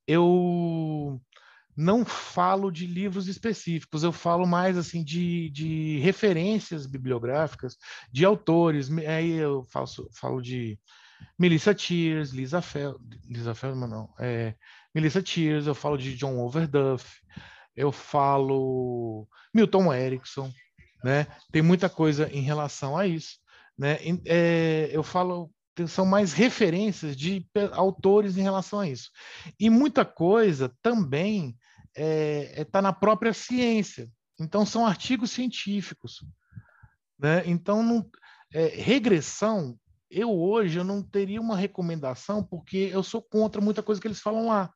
eu não falo de livros específicos, eu falo mais assim de, de referências bibliográficas, de autores. Aí eu faço, falo de Melissa Tiers, Lisa Fel, Lisa Feldman, não, é, Melissa Tiers, eu falo de John Overduff, eu falo Milton Erickson, né? Tem muita coisa em relação a isso, né? É, eu falo, são mais referências de autores em relação a isso. E muita coisa também está é, é, na própria ciência. Então, são artigos científicos, né? Então, não, é, regressão, eu hoje eu não teria uma recomendação, porque eu sou contra muita coisa que eles falam lá,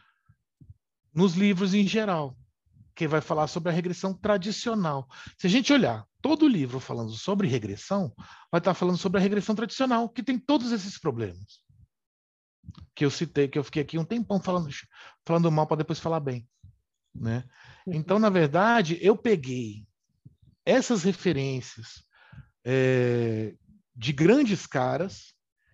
nos livros em geral, que vai falar sobre a regressão tradicional. Se a gente olhar todo livro falando sobre regressão, vai estar falando sobre a regressão tradicional, que tem todos esses problemas que eu citei, que eu fiquei aqui um tempão falando, falando mal para depois falar bem, né? Então, na verdade, eu peguei essas referências é, de grandes caras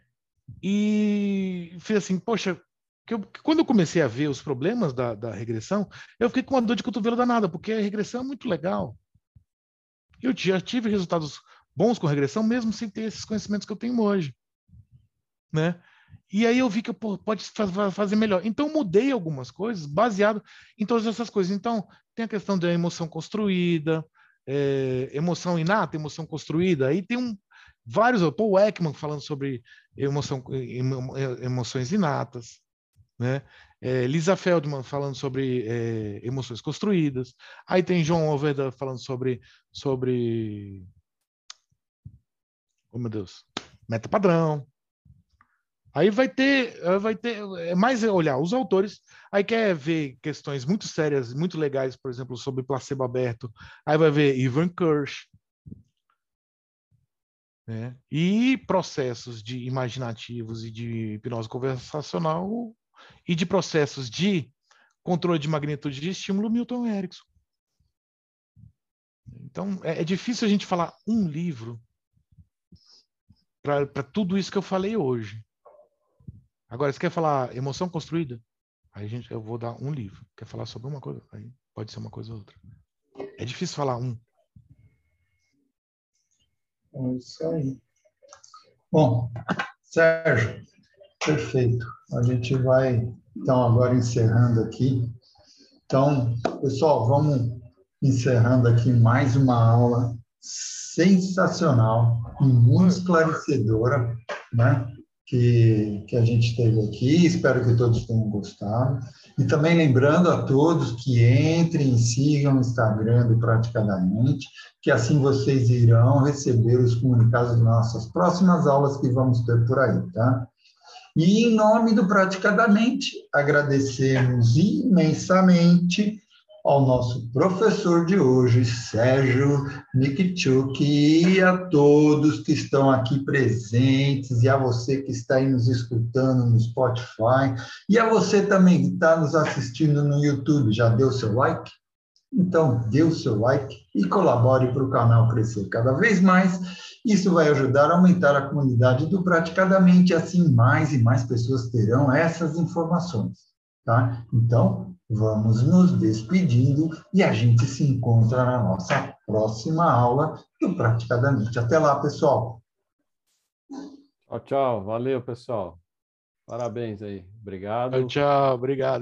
e fiz assim, poxa, que eu, quando eu comecei a ver os problemas da, da regressão, eu fiquei com uma dor de cotovelo danada, porque a regressão é muito legal. Eu já tive resultados bons com regressão, mesmo sem ter esses conhecimentos que eu tenho hoje, né? E aí eu vi que eu, pô, pode fazer melhor. Então, eu mudei algumas coisas baseado em todas essas coisas. Então, tem a questão da emoção construída, é, emoção inata, emoção construída. Aí tem um, vários, o Paul Ekman falando sobre emoção, emo, emoções inatas, né? É, Lisa Feldman falando sobre é, emoções construídas. Aí tem John Overda falando sobre, sobre... Oh, meu Deus. Meta padrão. Aí vai ter, vai ter, é mais olhar os autores, aí quer ver questões muito sérias, muito legais, por exemplo, sobre placebo aberto, aí vai ver Ivan Kirsch, né? E processos de imaginativos e de hipnose conversacional e de processos de controle de magnitude de estímulo, Milton Erickson. Então, é, é difícil a gente falar um livro para tudo isso que eu falei hoje. Agora, você quer falar emoção construída? Aí a gente, eu vou dar um livro. Quer falar sobre uma coisa? Aí pode ser uma coisa ou outra. É difícil falar um. É isso aí. Bom, Sérgio, perfeito. A gente vai, então, agora encerrando aqui. Então, pessoal, vamos encerrando aqui mais uma aula sensacional e muito esclarecedora, né? Que, que a gente teve aqui, espero que todos tenham gostado. E também lembrando a todos que entrem e sigam o Instagram do Praticadamente, que assim vocês irão receber os comunicados das nossas próximas aulas que vamos ter por aí, tá? E em nome do Praticadamente, agradecemos imensamente ao nosso professor de hoje, Sérgio Mikitchuk, e a todos que estão aqui presentes, e a você que está aí nos escutando no Spotify, e a você também que está nos assistindo no YouTube. Já deu seu like? Então, dê o seu like e colabore para o canal crescer cada vez mais. Isso vai ajudar a aumentar a comunidade do Praticadamente, assim mais e mais pessoas terão essas informações. tá? Então, vamos nos despedindo e a gente se encontra na nossa próxima aula do Praticadamente. Até lá, pessoal! Tchau, tchau. Valeu, pessoal. Parabéns aí. Obrigado. Tchau, tchau. Obrigado.